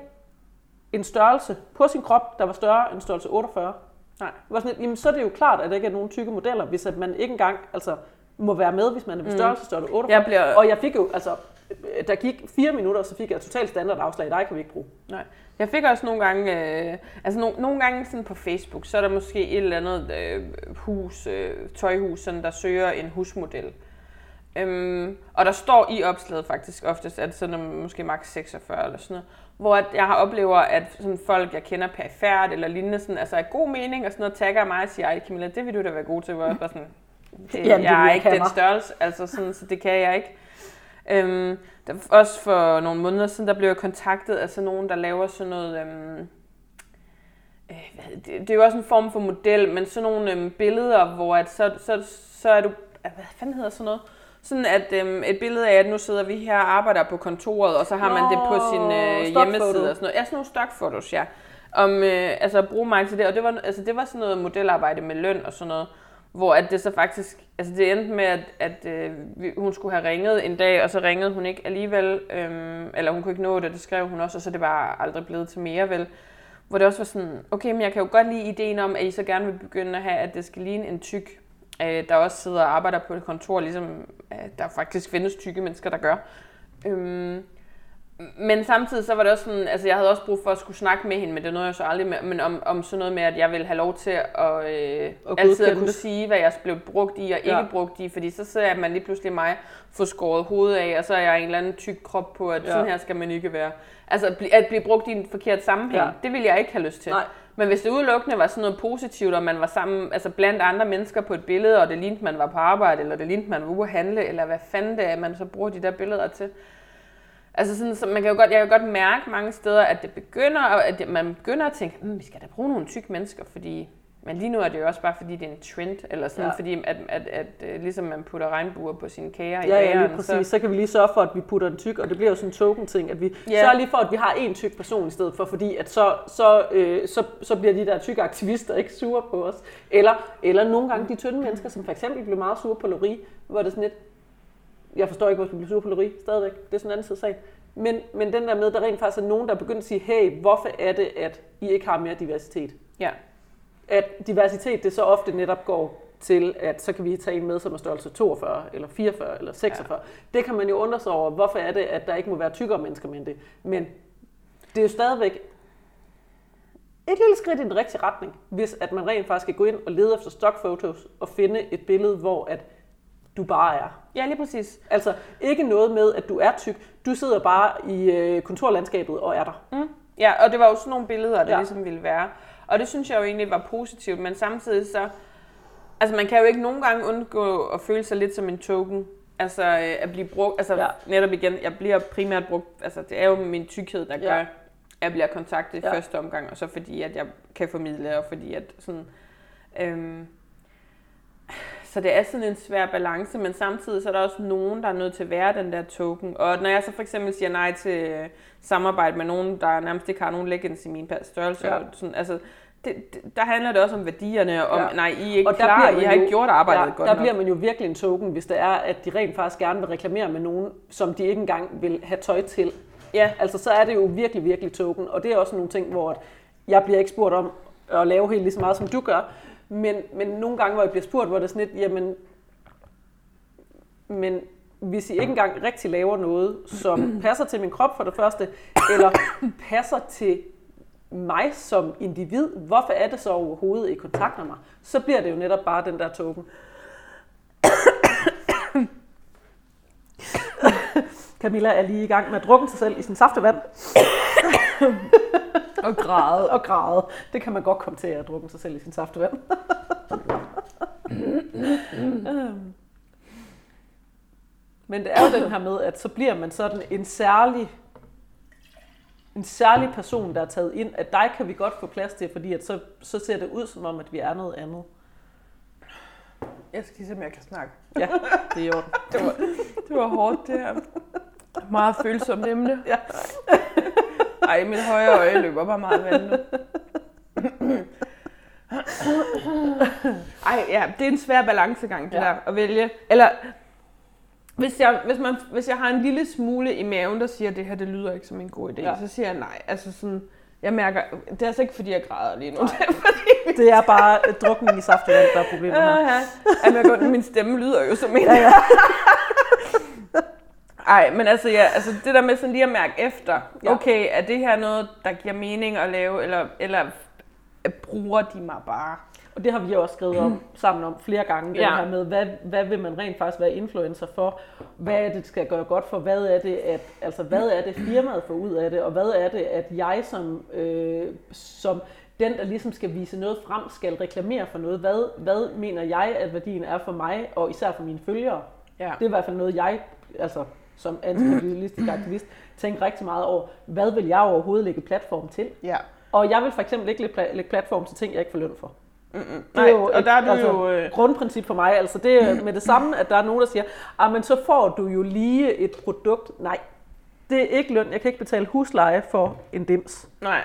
en størrelse på sin krop, der var større end størrelse otteogfyrre. Nej. Var sådan, jamen, så er det jo klart, at der ikke er nogen tykke modeller, hvis at man ikke engang, altså må være med, hvis man er ved størrelse, størrelse otteogfyrre. Jeg bliver... Og jeg fik jo, altså, der gik fire minutter, så fik jeg totalt standardafslag. Dig kan vi ikke bruge. Nej. Jeg fik også nogle gange, øh, altså no, nogle gange sådan på Facebook, så er der måske et eller andet øh, hus, øh, tøjhus, sådan, der søger en husmodel. Øhm, og der står i opslaget faktisk oftest, at sådan måske maks seksogfyrre eller sådan noget, hvor at jeg har oplever, at sådan folk, jeg kender perifært eller lignende, sådan, altså er god mening og sådan noget, tagger mig og siger, ej Camilla, det vil du da være god til, hvor jeg bare sådan, det, Jamen, jeg er ikke den størrelse, altså sådan, så det kan jeg ikke. Øhm, der, også for nogle måneder siden, der blev jeg kontaktet af sådan nogen, der laver sådan noget, øhm, øh, det, det er jo også en form for model, men sådan nogle øhm, billeder, hvor at så, så, så er du, hvad fanden hedder sådan noget? Sådan at øhm, et billede af, at nu sidder vi her og arbejder på kontoret, og så har man Nå, det på sin øh, hjemmeside og sådan noget. Ja, sådan nogle stockfotos, ja. Om, øh, altså at bruge mig til det, og det var, altså, det var sådan noget modelarbejde med løn og sådan noget. Hvor at det så faktisk, altså det endte med, at, at øh, hun skulle have ringet en dag, og så ringede hun ikke alligevel, øhm, eller hun kunne ikke nå det, det skrev hun også, og så er det bare aldrig blevet til mere vel. Hvor det også var sådan, okay, men jeg kan jo godt lide ideen om, at I så gerne vil begynde at have, at det skal ligne en tyk, øh, der også sidder og arbejder på et kontor, ligesom øh, der faktisk findes tykke mennesker, der gør. Øhm, Men samtidig så var det også sådan, altså jeg havde også brug for at skulle snakke med hende, men det nåede jeg så aldrig med, men om, om sådan noget med, at jeg ville have lov til at øh, altid at kunne sige, hvad jeg blev brugt i og ikke ja. brugt i, fordi så ser jeg, at man lige pludselig mig får skåret hovedet af, og så er jeg en eller anden tyk krop på, at ja. sådan her skal man ikke være. Altså at blive, at blive brugt i en forkert sammenhæng, ja. det ville jeg ikke have lyst til. Nej. Men hvis det udelukkende var sådan noget positivt, og man var sammen, altså blandt andre mennesker på et billede, og det lignede, man var på arbejde, eller det lignede, man var ude at handle, eller hvad fanden det er, man så bruger de der billeder til. Altså sådan, så man kan jo godt, jeg kan godt mærke mange steder, at det begynder, at man begynder at tænke, hm, vi skal da bruge nogle tykke mennesker, fordi, men lige nu er det jo også bare fordi det er en trend, eller sådan, ja. fordi at, at, at, at ligesom man putter regnbuer på sine kager i ja, bageren. Ja, lige præcis. Så... så kan vi lige sørge for, at vi putter en tyk, og det bliver jo sådan en token ting, at vi ja. sørger lige for, at vi har en tyk person i stedet for, fordi at så, så, øh, så, så bliver de der tykke aktivister ikke sure på os. Eller, eller nogle gange de tynde mennesker, som for eksempel blev meget sure på Lori, hvor det sådan lidt, jeg forstår ikke, hvorfor vi bliver sure på Lori stadigvæk. Det er sådan en anden side af sagen. Men, men den der med, der rent faktisk er nogen, der er begyndt at sige, hey, hvorfor er det, at I ikke har mere diversitet? Ja. At diversitet, det så ofte netop går til, at så kan vi tage en med, som er størrelse toogfyrre, eller fireogfyrre, eller seksogfyrre. Ja. Det kan man jo undre sig over, hvorfor er det, at der ikke må være tykkere mennesker med det. Men det er jo stadigvæk et lille skridt i den rigtige retning, hvis at man rent faktisk skal gå ind og lede efter stockfotos og finde et billede, hvor at du bare er. Ja, lige præcis. Altså ikke noget med, at du er tyk. Du sidder bare i øh, kontorlandskabet og er der. Mm. Ja, og det var jo sådan nogle billeder, der ja. ligesom ville være. Og det synes jeg jo egentlig var positivt, men samtidig så... Altså man kan jo ikke nogen gange undgå at føle sig lidt som en token. Altså øh, at blive brugt... Altså ja. netop igen, jeg bliver primært brugt... Altså det er jo min tykkhed, der gør, ja. at jeg bliver kontaktet i ja. første omgang. Og så fordi, at jeg kan formidle, og fordi at sådan... Øhm, Så det er sådan en svær balance, men samtidig så er der også nogen, der er nødt til at være den der token. Og når jeg så for eksempel siger nej til samarbejde med nogen, der nærmest ikke har nogen leggings i min størrelse, ja. sådan, altså, det, det, der handler det også om værdierne, om ja. nej, I er ikke klar, I har jo, ikke gjort arbejdet ja, godt der nok. Bliver man jo virkelig en token, hvis det er, at de rent faktisk gerne vil reklamere med nogen, som de ikke engang vil have tøj til. Ja. Altså så er det jo virkelig, virkelig token, og det er også nogle ting, hvor jeg bliver ikke spurgt om at lave helt lige så meget, som du gør. Men, men nogle gange, hvor jeg bliver spurgt, hvor det er sådan lidt, jamen, men hvis I ikke engang rigtig laver noget, som passer til min krop for det første, eller passer til mig som individ, hvorfor er det så overhovedet, I kontakter mig? Så bliver det jo netop bare den der token. Camilla er lige i gang med at drukke sig selv i sin saftevand. Og græde. Og græde. Det kan man godt komme til at drukke sig selv i sin saftevand. Men det er jo den her med, at så bliver man sådan en særlig, en særlig person, der er taget ind, at dig kan vi godt få plads til, fordi at så, så ser det ud som om, at vi er noget andet. Jeg skal se, om jeg kan snakke. Ja, det er i orden. Det var, det var hårdt, det her. Meget følsomt emne. Ja. Ej, mit højre øje løber bare meget vand nu. Ej, ja, det er en svær balancegang, det ja. der, at vælge. Eller, hvis jeg, hvis, man, hvis jeg har en lille smule i maven, der siger, at det her, det lyder ikke som en god idé, ja. så siger jeg nej. Altså sådan, jeg mærker, det er altså ikke, fordi jeg græder lige nu. Det er, fordi... det er bare drukning i saftevand, der er problemet her. Ja, ja. Jamen, jeg går, min stemme lyder jo som en. Ja, ja. Ej, men altså, ja, altså det der med sådan lige at mærke efter, ja. okay, er det her noget, der giver mening at lave, eller, eller bruger de mig bare? Og det har vi også skrevet om, sammen om flere gange, det ja. her med, hvad, hvad vil man rent faktisk være influencer for? Hvad er det, det skal gøre godt for? Hvad er det, at, altså, hvad er det firmaet får ud af det? Og hvad er det, at jeg som, øh, som den, der ligesom skal vise noget frem, skal reklamere for noget? Hvad, hvad mener jeg, at værdien er for mig, og især for mine følgere? Ja. Det er i hvert fald noget, jeg... altså som antikapitalistisk aktivist, tænker rigtig meget over, hvad vil jeg overhovedet lægge platform til? Ja. Og jeg vil for eksempel ikke lægge platform til ting, jeg ikke får løn for. Mm-mm. Det er jo Nej, og et, der er du altså, jo øh... grundprincip for mig. Altså det er med det samme, at der er nogen, der siger, ah, men så får du jo lige et produkt. Nej, det er ikke løn. Jeg kan ikke betale husleje for en dims. Nej.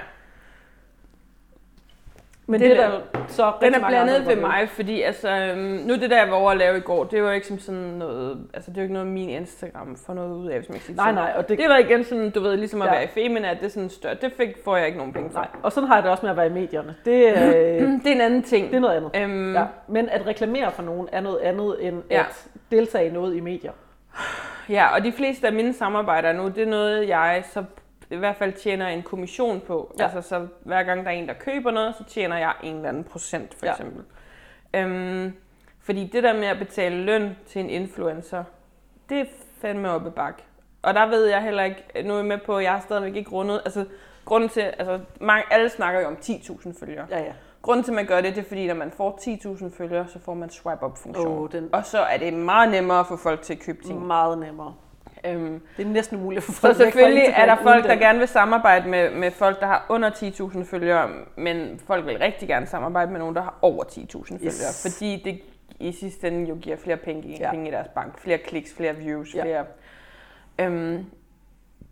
Men det, det der, så den er blandet ved mig, fordi altså, nu det der, jeg var over at lave i går, det var ikke som sådan noget, altså det er jo ikke noget min Instagram for noget ud af, hvis man ikke siger nej, nej, og det, det var igen sådan, du ved, ligesom at ja. være i Femina, at det er sådan større, det fik, får jeg ikke nogen penge for. Nej, og sådan har jeg det også med at være i medierne. Det, øh, det er en anden ting. Det er noget andet. Øhm, ja. Men at reklamere for nogen er noget andet, end ja. at deltage i noget i medier. Ja, og de fleste af mine samarbejder nu, det er noget, jeg så i hvert fald tjener en kommission på. Ja. Altså så hver gang der er en, der køber noget, så tjener jeg en eller anden procent for eksempel. Ja. Øhm, fordi det der med at betale løn til en influencer, det er fandme oppe bak. Og der ved jeg heller ikke, nu er jeg med på, at jeg har stadigvæk ikke rundet, altså grunden til, altså mange, alle snakker jo om ti tusind følgere. Ja, ja. Grunden til, at man gør det, det er fordi, når man får ti tusind følgere, så får man swipe-up-funktion. Oh, den... Og så er det meget nemmere at få folk til at købe ting. Meget nemmere. Øhm, det er næsten umuligt at få folk. Så selvfølgelig er der folk, der gerne vil samarbejde med, med folk, der har under ti tusind følgere, men folk vil rigtig gerne samarbejde med nogen, der har over ti tusind følgere, yes. fordi det i sidste ende jo giver flere penge, ja. penge i deres bank, flere kliks, flere views, ja. flere... Øhm,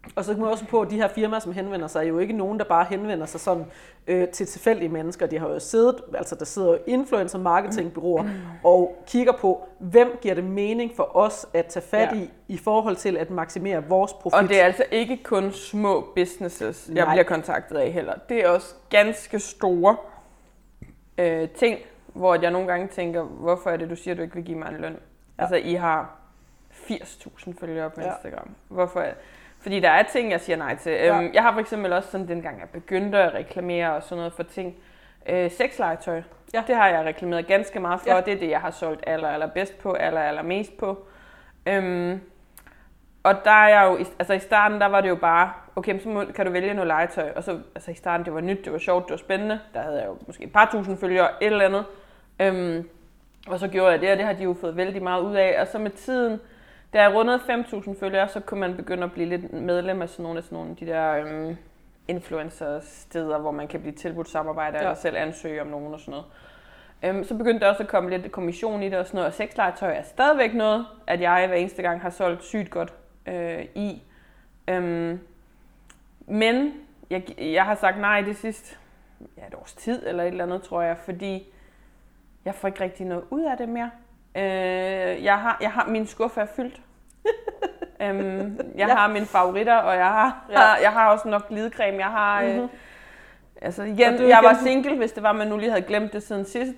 Og så kan man også på, at de her firmaer, som henvender sig, er jo ikke nogen, der bare henvender sig sådan øh, til tilfældige mennesker. De har jo siddet, altså der sidder jo influencer marketingbureauer og kigger på, hvem giver det mening for os at tage fat ja. i, i forhold til at maksimere vores profit. Og det er altså ikke kun små businesses, jeg Nej. bliver kontaktet af heller. Det er også ganske store øh, ting, hvor jeg nogle gange tænker, hvorfor er det, du siger, du ikke vil give mig en løn? Ja. Altså, I har firs tusind følgere på Instagram. Ja. Hvorfor er det? Fordi der er ting, jeg siger nej til. Ja. Jeg har for eksempel også sådan, dengang jeg begyndte at reklamere og sådan noget for ting. Øh, sexlegetøj, ja. det har jeg reklameret ganske meget for. Ja. Det er det, jeg har solgt aller, aller bedst på, aller, aller mest på. Øhm, og der er jeg jo, altså i starten, der var det jo bare, okay, så må, kan du vælge noget legetøj. Og så, altså i starten, det var nyt, det var sjovt, det var spændende. Der havde jeg jo måske et par tusind følgere, et eller andet. Øhm, og så gjorde jeg det, og det har de jo fået vældig meget ud af. Og så med tiden, da jeg rundede fem tusind følgere, så kunne man begynde at blive lidt medlem af sådan nogle af sådan nogle, de der øhm, influencer-steder, hvor man kan blive tilbudt samarbejde, ja. eller selv ansøge om nogen og sådan noget. Øhm, så begyndte der også at komme lidt kommission i det og sådan noget, og sexlegetøj er stadigvæk noget, at jeg hver eneste gang har solgt sygt godt øh, i. Øhm, men jeg, jeg har sagt nej det sidste ja, et års tid eller et eller andet, tror jeg, fordi jeg får ikke rigtig noget ud af det mere. Øh, jeg har, jeg har min skuffe er fyldt. øhm, jeg ja. har mine favoritter, og jeg har, ja. jeg har også nok glidecreme. Jeg har, mm-hmm. øh, altså igen, jeg igen... var single, hvis det var, man nu lige havde glemt det siden sidst.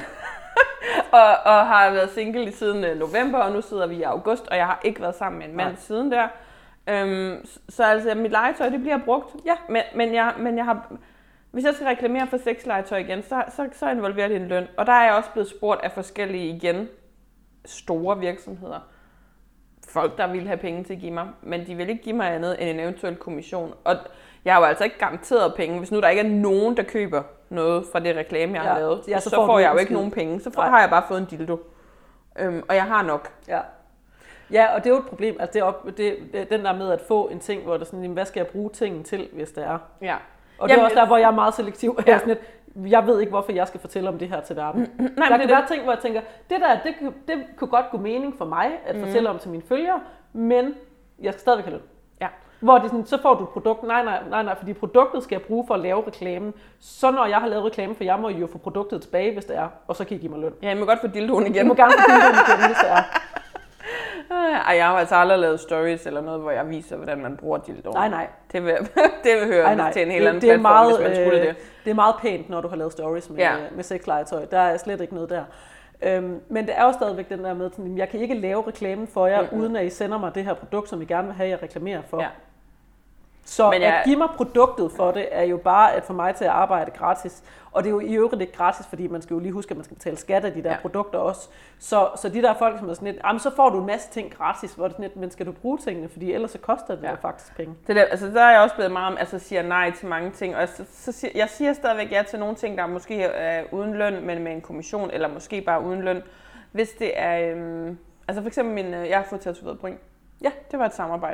og, og har været single siden november, og nu sidder vi i august, og jeg har ikke været sammen med en mand Nej. siden der. Øhm, så altså, mit legetøj, det bliver brugt. Ja. Men, men, jeg, men jeg har... Hvis jeg skal reklamere for sexlegetøj igen, så, så, så involverer det en løn. Og der er jeg også blevet spurgt af forskellige, igen, store virksomheder. Folk, der vil have penge til at give mig. Men de vil ikke give mig andet end en eventuel kommission. Og jeg har jo altså ikke garanteret penge. Hvis nu der ikke er nogen, der køber noget fra det reklame, jeg ja, har lavet, ja, så, så får, får jeg jo ikke nogen penge. Så får, har jeg bare fået en dildo. Øhm, og jeg har nok. Ja. Ja, og det er jo et problem. Altså det er op, det, det, den der med at få en ting, hvor det sådan, hvad skal jeg bruge tingen til, hvis det er? Ja. Og det er Jamen, også der, hvor jeg er meget selektiv. Ja. Jeg, sådan lidt, jeg ved ikke, hvorfor jeg skal fortælle om det her til verden. Mm, mm, nej, der kan det være ting, hvor jeg tænker, det der, det, det kunne godt gå mening for mig at mm. fortælle om til mine følgere, men jeg skal stadigvæk have løn. Ja. Hvor det sådan, så får du et produkt. Nej, nej, nej, nej, fordi produktet skal jeg bruge for at lave reklamen. Så når jeg har lavet reklame, for jeg må jo få produktet tilbage, hvis det er, og så kan I give mig løn. Ja, jeg må godt få dildoen igen. Jeg må gerne få dildoen igen, hvis det er. Ej, jeg har altså aldrig lavet stories eller noget, hvor jeg viser, hvordan man bruger dildoen. Nej, nej. Det vil, det vil høre nej, nej. til en helt det, anden det er platform, meget, hvis man skulle øh, det. Det er meget pænt, når du har lavet stories med, ja. med sexlegetøj. Der er slet ikke noget der. Øhm, men det er jo stadigvæk den der med, at jeg kan ikke lave reklamen for jer, mm-hmm. uden at I sender mig det her produkt, som I gerne vil have, jeg reklamerer for. Ja. Så men jeg... at give mig produktet for det, er jo bare at få mig til at arbejde gratis. Og det er jo i øvrigt ikke gratis, fordi man skal jo lige huske, at man skal betale skat af de der ja. produkter også. Så, så de der folk, som er sådan lidt, jamen så får du en masse ting gratis, hvor det sådan lidt, men skal du bruge tingene, fordi ellers så koster det ja. jo faktisk penge. Det der, altså der er jeg også blevet meget om, altså siger nej til mange ting, og så, så siger, jeg siger stadigvæk ja til nogle ting, der måske er uden løn, men med en kommission, eller måske bare uden løn. Hvis det er, øhm, altså for eksempel min, jeg har fået tatoveret bryn. Ja, det var et samarbejde.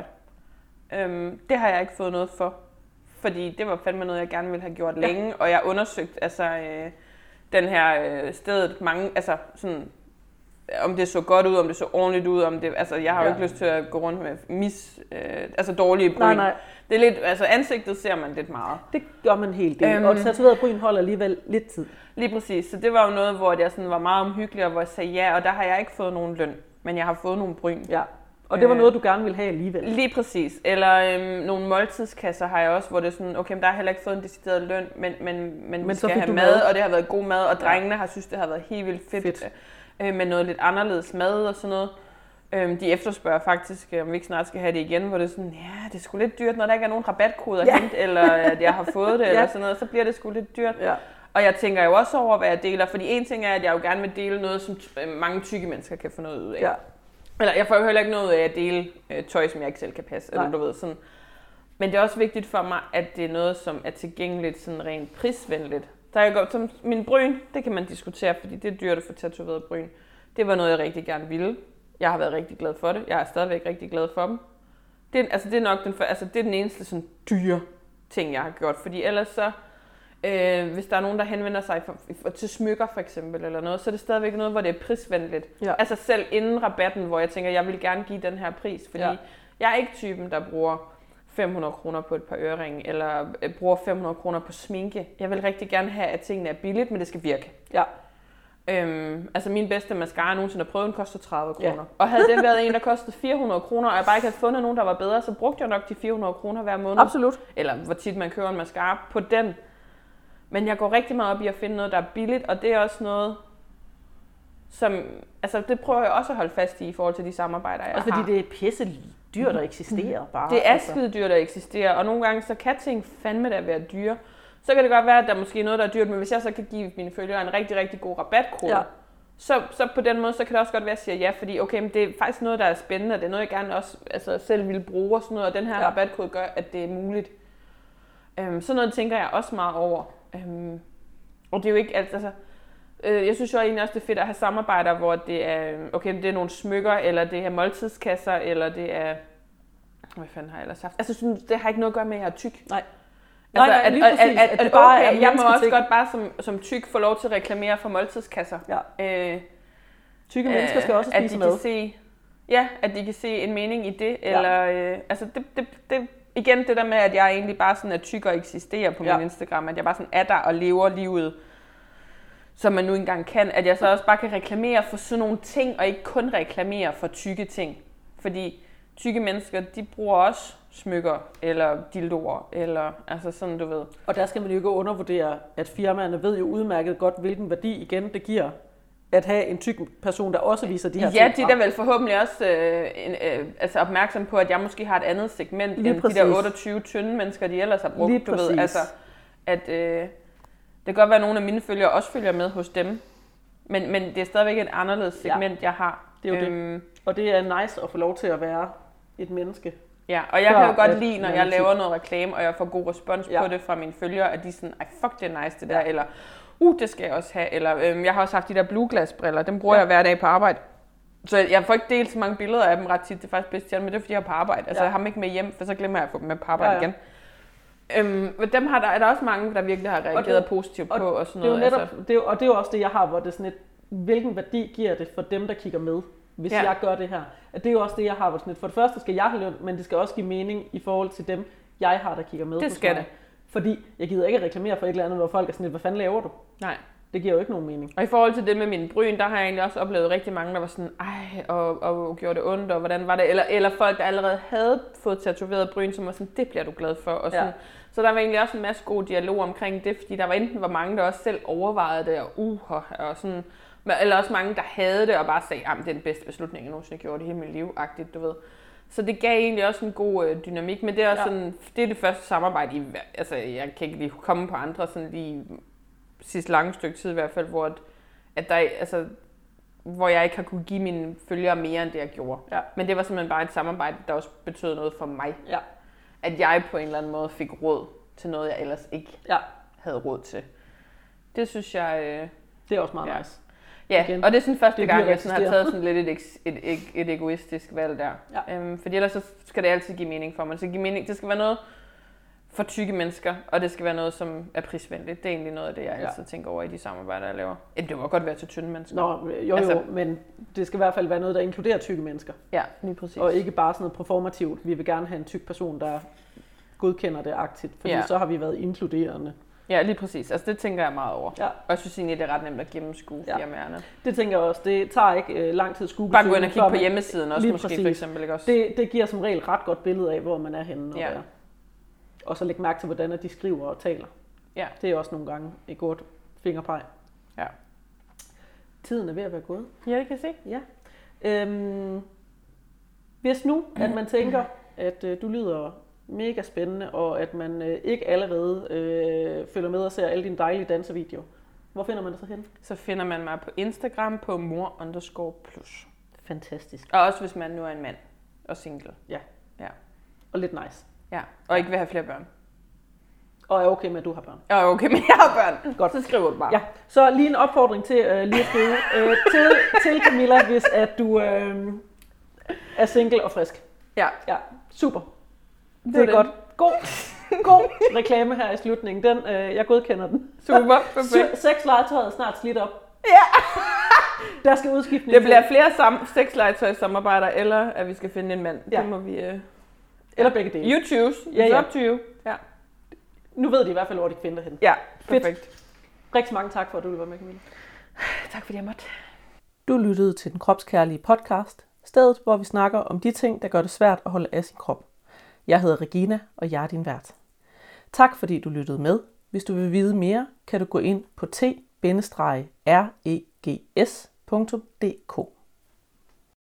Øhm, det har jeg ikke fået noget for, fordi det var fandme noget, jeg gerne ville have gjort længe, ja. og jeg undersøgte altså øh, den her øh, stedet mange, altså sådan, om det så godt ud, om det så ordentligt ud, om det, altså jeg har jo ja. ikke lyst til at gå rundt med mis, øh, altså dårlige bryn. Nej, nej. Det er lidt, altså ansigtet ser man lidt meget. Det gør man helt det, øhm, og tatoveret bryn holder alligevel lidt tid. Lige præcis, så det var jo noget, hvor jeg sådan var meget omhyggelig, og hvor jeg sagde ja, og der har jeg ikke fået nogen løn, men jeg har fået nogle bryn. Ja. Og det var noget, du gerne ville have alligevel? Lige præcis. Eller øhm, nogle måltidskasser har jeg også, hvor det er sådan, okay, der har heller ikke fået en decideret løn, men, men, men, men vi skal have mad, mad, og det har været god mad, og drengene ja. har synes, det har været helt vildt fedt, fedt. Øh, med noget lidt anderledes mad og sådan noget. Øhm, de efterspørger faktisk, om vi ikke snart skal have det igen, hvor det er sådan, ja, det er sgu lidt dyrt, når der ikke er nogen rabatkoder at ja. hente, eller at jeg har fået det, ja. eller sådan noget, så bliver det sgu lidt dyrt. Ja. Og jeg tænker jo også over, hvad jeg deler, fordi en ting er, at jeg jo gerne vil dele noget, som mange tykke mennesker kan få noget ud af. Ja. Eller jeg får jo heller ikke noget af at dele øh, tøj, som jeg ikke selv kan passe, eller du ved sådan. Men det er også vigtigt for mig, at det er noget, som er tilgængeligt, sådan rent prisvenligt. Der er godt som min bryn, det kan man diskutere, fordi det er dyrt at få tatoveret bryn. Det var noget, jeg rigtig gerne ville. Jeg har været rigtig glad for det. Jeg er stadigvæk rigtig glad for dem. Det, altså, det er nok den, altså, det er den eneste sådan dyre ting, jeg har gjort, fordi ellers så, øh, hvis der er nogen, der henvender sig for, for, til smykker for eksempel, eller noget, så er det stadigvæk noget, hvor det er prisvenligt. Ja. Altså selv inden rabatten, hvor jeg tænker, jeg vil gerne give den her pris, fordi ja. jeg er ikke typen, der bruger fem hundrede kroner på et par øreringe, eller bruger fem hundrede kroner på sminke. Jeg vil rigtig gerne have, at tingene er billigt, men det skal virke. Ja. Øhm, altså min bedste mascara, jeg nogensinde har prøvet, den koster tredive kroner. Ja. Og havde det været en, der kostede fire hundrede kroner, og jeg bare ikke havde fundet nogen, der var bedre, så brugte jeg nok de fire hundrede kroner hver måned. Absolut. Eller hvor tit man køber en mascara på den. Men jeg går rigtig meget op i at finde noget, der er billigt, og det er også noget, som, altså det prøver jeg også at holde fast i, i forhold til de samarbejder, jeg også har. fordi det er pisse dyrt, der eksisterer bare. Det er altså. skide dyrt, der eksisterer, og nogle gange så kan ting fandme da være dyre. Så kan det godt være, at der er måske noget, der er dyrt, men hvis jeg så kan give mine følgere en rigtig, rigtig god rabatkode, ja. så, så på den måde, så kan det også godt være, at jeg siger ja, fordi okay, men det er faktisk noget, der er spændende, og det er noget, jeg gerne også altså, selv vil bruge og sådan noget, og den her ja. rabatkode gør, at det er muligt. Øhm, sådan noget tænker jeg også meget over. Øhm, og det er jo ikke alt, altså, øh, jeg synes jo egentlig også, det er fedt at have samarbejder, hvor det er, okay, det er nogle smykker, eller det er måltidskasser, eller det er, hvad fanden har jeg ellers haft? Altså, synes, det har ikke noget at gøre med, at jeg er tyk. Nej. Altså, nej, nej, lige præcis, at, at, at, at det bare okay, er jeg må også ting. godt bare som, som tyk få lov til at reklamere for måltidskasser. Ja. Øh, Tykke mennesker skal også spise at de mad. Kan se, ja, at de kan se en mening i det. Eller, ja. øh, altså det, det, det, igen det der med, at jeg egentlig bare sådan er tyk og eksisterer på ja. min Instagram. At jeg bare sådan er der og lever livet, som man nu engang kan. At jeg så også bare kan reklamere for sådan nogle ting, og ikke kun reklamere for tykke ting. Fordi tykke mennesker, de bruger også smykker, eller dildoer, eller altså sådan, du ved. Og der skal man jo ikke undervurdere, at firmaerne ved jo udmærket godt, hvilken værdi igen det giver, at have en tyk person, der også viser de her ja, ting. Ja, de er da vel forhåbentlig også øh, en, øh, altså opmærksom på, at jeg måske har et andet segment, lige end præcis. de der otteogtyve tynde mennesker, de ellers har brugt. Lige du ved, altså, at øh, det kan godt være, at nogle af mine følgere også følger med hos dem, men, men det er stadigvæk et anderledes segment, ja. jeg har. Det er jo øhm, det. Og det er nice at få lov til at være et menneske. Ja, og jeg kan jo godt lide, når jeg laver noget reklame, og jeg får god respons ja. på det fra mine følgere, at de er sådan, ej fuck, det er nice det der, ja. eller uh, det skal jeg også have, eller øhm, jeg har også haft de der blue glass briller, dem bruger ja. jeg hver dag på arbejde. Så jeg får ikke delt så mange billeder af dem ret tit, det er faktisk bedst, men det er fordi jeg er på arbejde. Altså ja. jeg har dem ikke med hjem, for så glemmer jeg at få dem med på arbejde ja, ja. igen. Øhm, men dem har der, er der også mange, der virkelig har reageret det, positivt og på og sådan det er noget. Netop, altså. det er, og det er jo også det, jeg har, hvor det er sådan et, hvilken værdi giver det for dem, der kigger med, hvis ja. jeg gør det her. Det er jo også det, jeg har, hvor sådan et, for det første skal jeg have løn, men det skal også give mening i forhold til dem, jeg har, der kigger med. Det skal det. Fordi jeg gider ikke reklamere for et eller andet, hvor folk er sådan et, hvad fanden laver du? Nej. Det giver jo ikke nogen mening. Og i forhold til det med mine bryn, der har jeg egentlig også oplevet rigtig mange, der var sådan, ej, og, og gjorde det ondt, og hvordan var det? Eller, eller folk, der allerede havde fået tatoveret bryn, som var sådan, det bliver du glad for. Og sådan. Ja. Så der var egentlig også en masse god dialog omkring det, fordi der var enten var mange, der også selv overvejede det, og uh, og sådan, eller også mange, der havde det, og bare sagde, at det er den bedste beslutning, jeg nogensinde gjorde det hele mit liv-agtigt, du ved. Så det gav egentlig også en god øh, dynamik, men det er også ja. sådan, det er det første samarbejde, i, altså jeg kan ikke lige komme på andre sådan lige sidste lange stykke tid i hvert fald, hvor, at, at der, altså, hvor jeg ikke har kunne give mine følgere mere, end det jeg gjorde. Ja. Men det var simpelthen bare et samarbejde, der også betød noget for mig. Ja. At jeg på en eller anden måde fik råd til noget, jeg ellers ikke ja. havde råd til. Det synes jeg... Øh, det er også meget ja. nice. Ja, igen. Og det er sådan første det gang, jeg sådan har taget sådan lidt et, et, et, et egoistisk valg der. Ja. Øhm, fordi ellers så skal det altid give mening for mig. Det skal, give mening, det skal være noget for tykke mennesker, og det skal være noget, som er prisvenligt. Det er egentlig noget af det, jeg altid ja. tænker over i de samarbejder, jeg laver. Det må godt være til tynde mennesker. Nå, jo altså, jo, men det skal i hvert fald være noget, der inkluderer tykke mennesker. Ja, lige præcis. Og ikke bare sådan noget performativt. Vi vil gerne have en tyk person, der godkender det aktivt, fordi ja. så har vi været inkluderende. Ja, lige præcis. Altså det tænker jeg meget over. Ja. Og jeg synes egentlig, det er ret nemt at gennemskue ja. firmaerne. Det tænker jeg også. Det tager ikke øh, lang tid at skue. Bare gå ind og kigge på hjemmesiden også måske præcis. For eksempel. Ikke også? Det, det giver som regel ret godt billede af, hvor man er henne. Og, ja. der. Og så læg mærke til, hvordan de skriver og taler. Ja. Det er også nogle gange et godt fingerpeg. Ja. Tiden er ved at være gået. Ja, det kan jeg se. Ja. Øhm, hvis nu, at man tænker, at øh, du lyder mega spændende, og at man øh, ikke allerede øh, følger med og ser alle dine dejlige dansevideoer. Hvor finder man det så hen? Så finder man mig på Instagram på mor underscore plus. Fantastisk. Og også hvis man nu er en mand og single. Ja. Ja. Og lidt nice. Ja, og ikke vil have flere børn. Og er okay med, at du har børn. Og er okay med, at jeg har børn. Godt. Så skriver du bare. Ja. Så lige en opfordring til øh, lige at skrive øh, til, til Camilla, hvis at du øh, er single og frisk. Ja. Ja. Super. Det, det er det. Godt. God, god reklame her i slutningen. Den, øh, jeg godkender den. Super. Perfekt. Sexlegetøjet er snart slidt op. Ja. Der skal udskiftning. Det bliver flere sam- sexlegetøjssamarbejder, eller at vi skal finde en mand. Ja. Det må vi... Øh... Eller begge dele. You choose. It's Ja, ja. up to you. Ja. Nu ved de i hvert fald, hvor de kan finde dig hen. Ja, Fedt. perfekt. Rigtig mange tak for, at du ville være med, Camilla. Tak fordi jeg måtte. Du lyttede til Den Kropskærlige Podcast, stedet hvor vi snakker om de ting, der gør det svært at holde af sin krop. Jeg hedder Regina, og jeg er din vært. Tak fordi du lyttede med. Hvis du vil vide mere, kan du gå ind på t bindestreg r e g s punktum d k.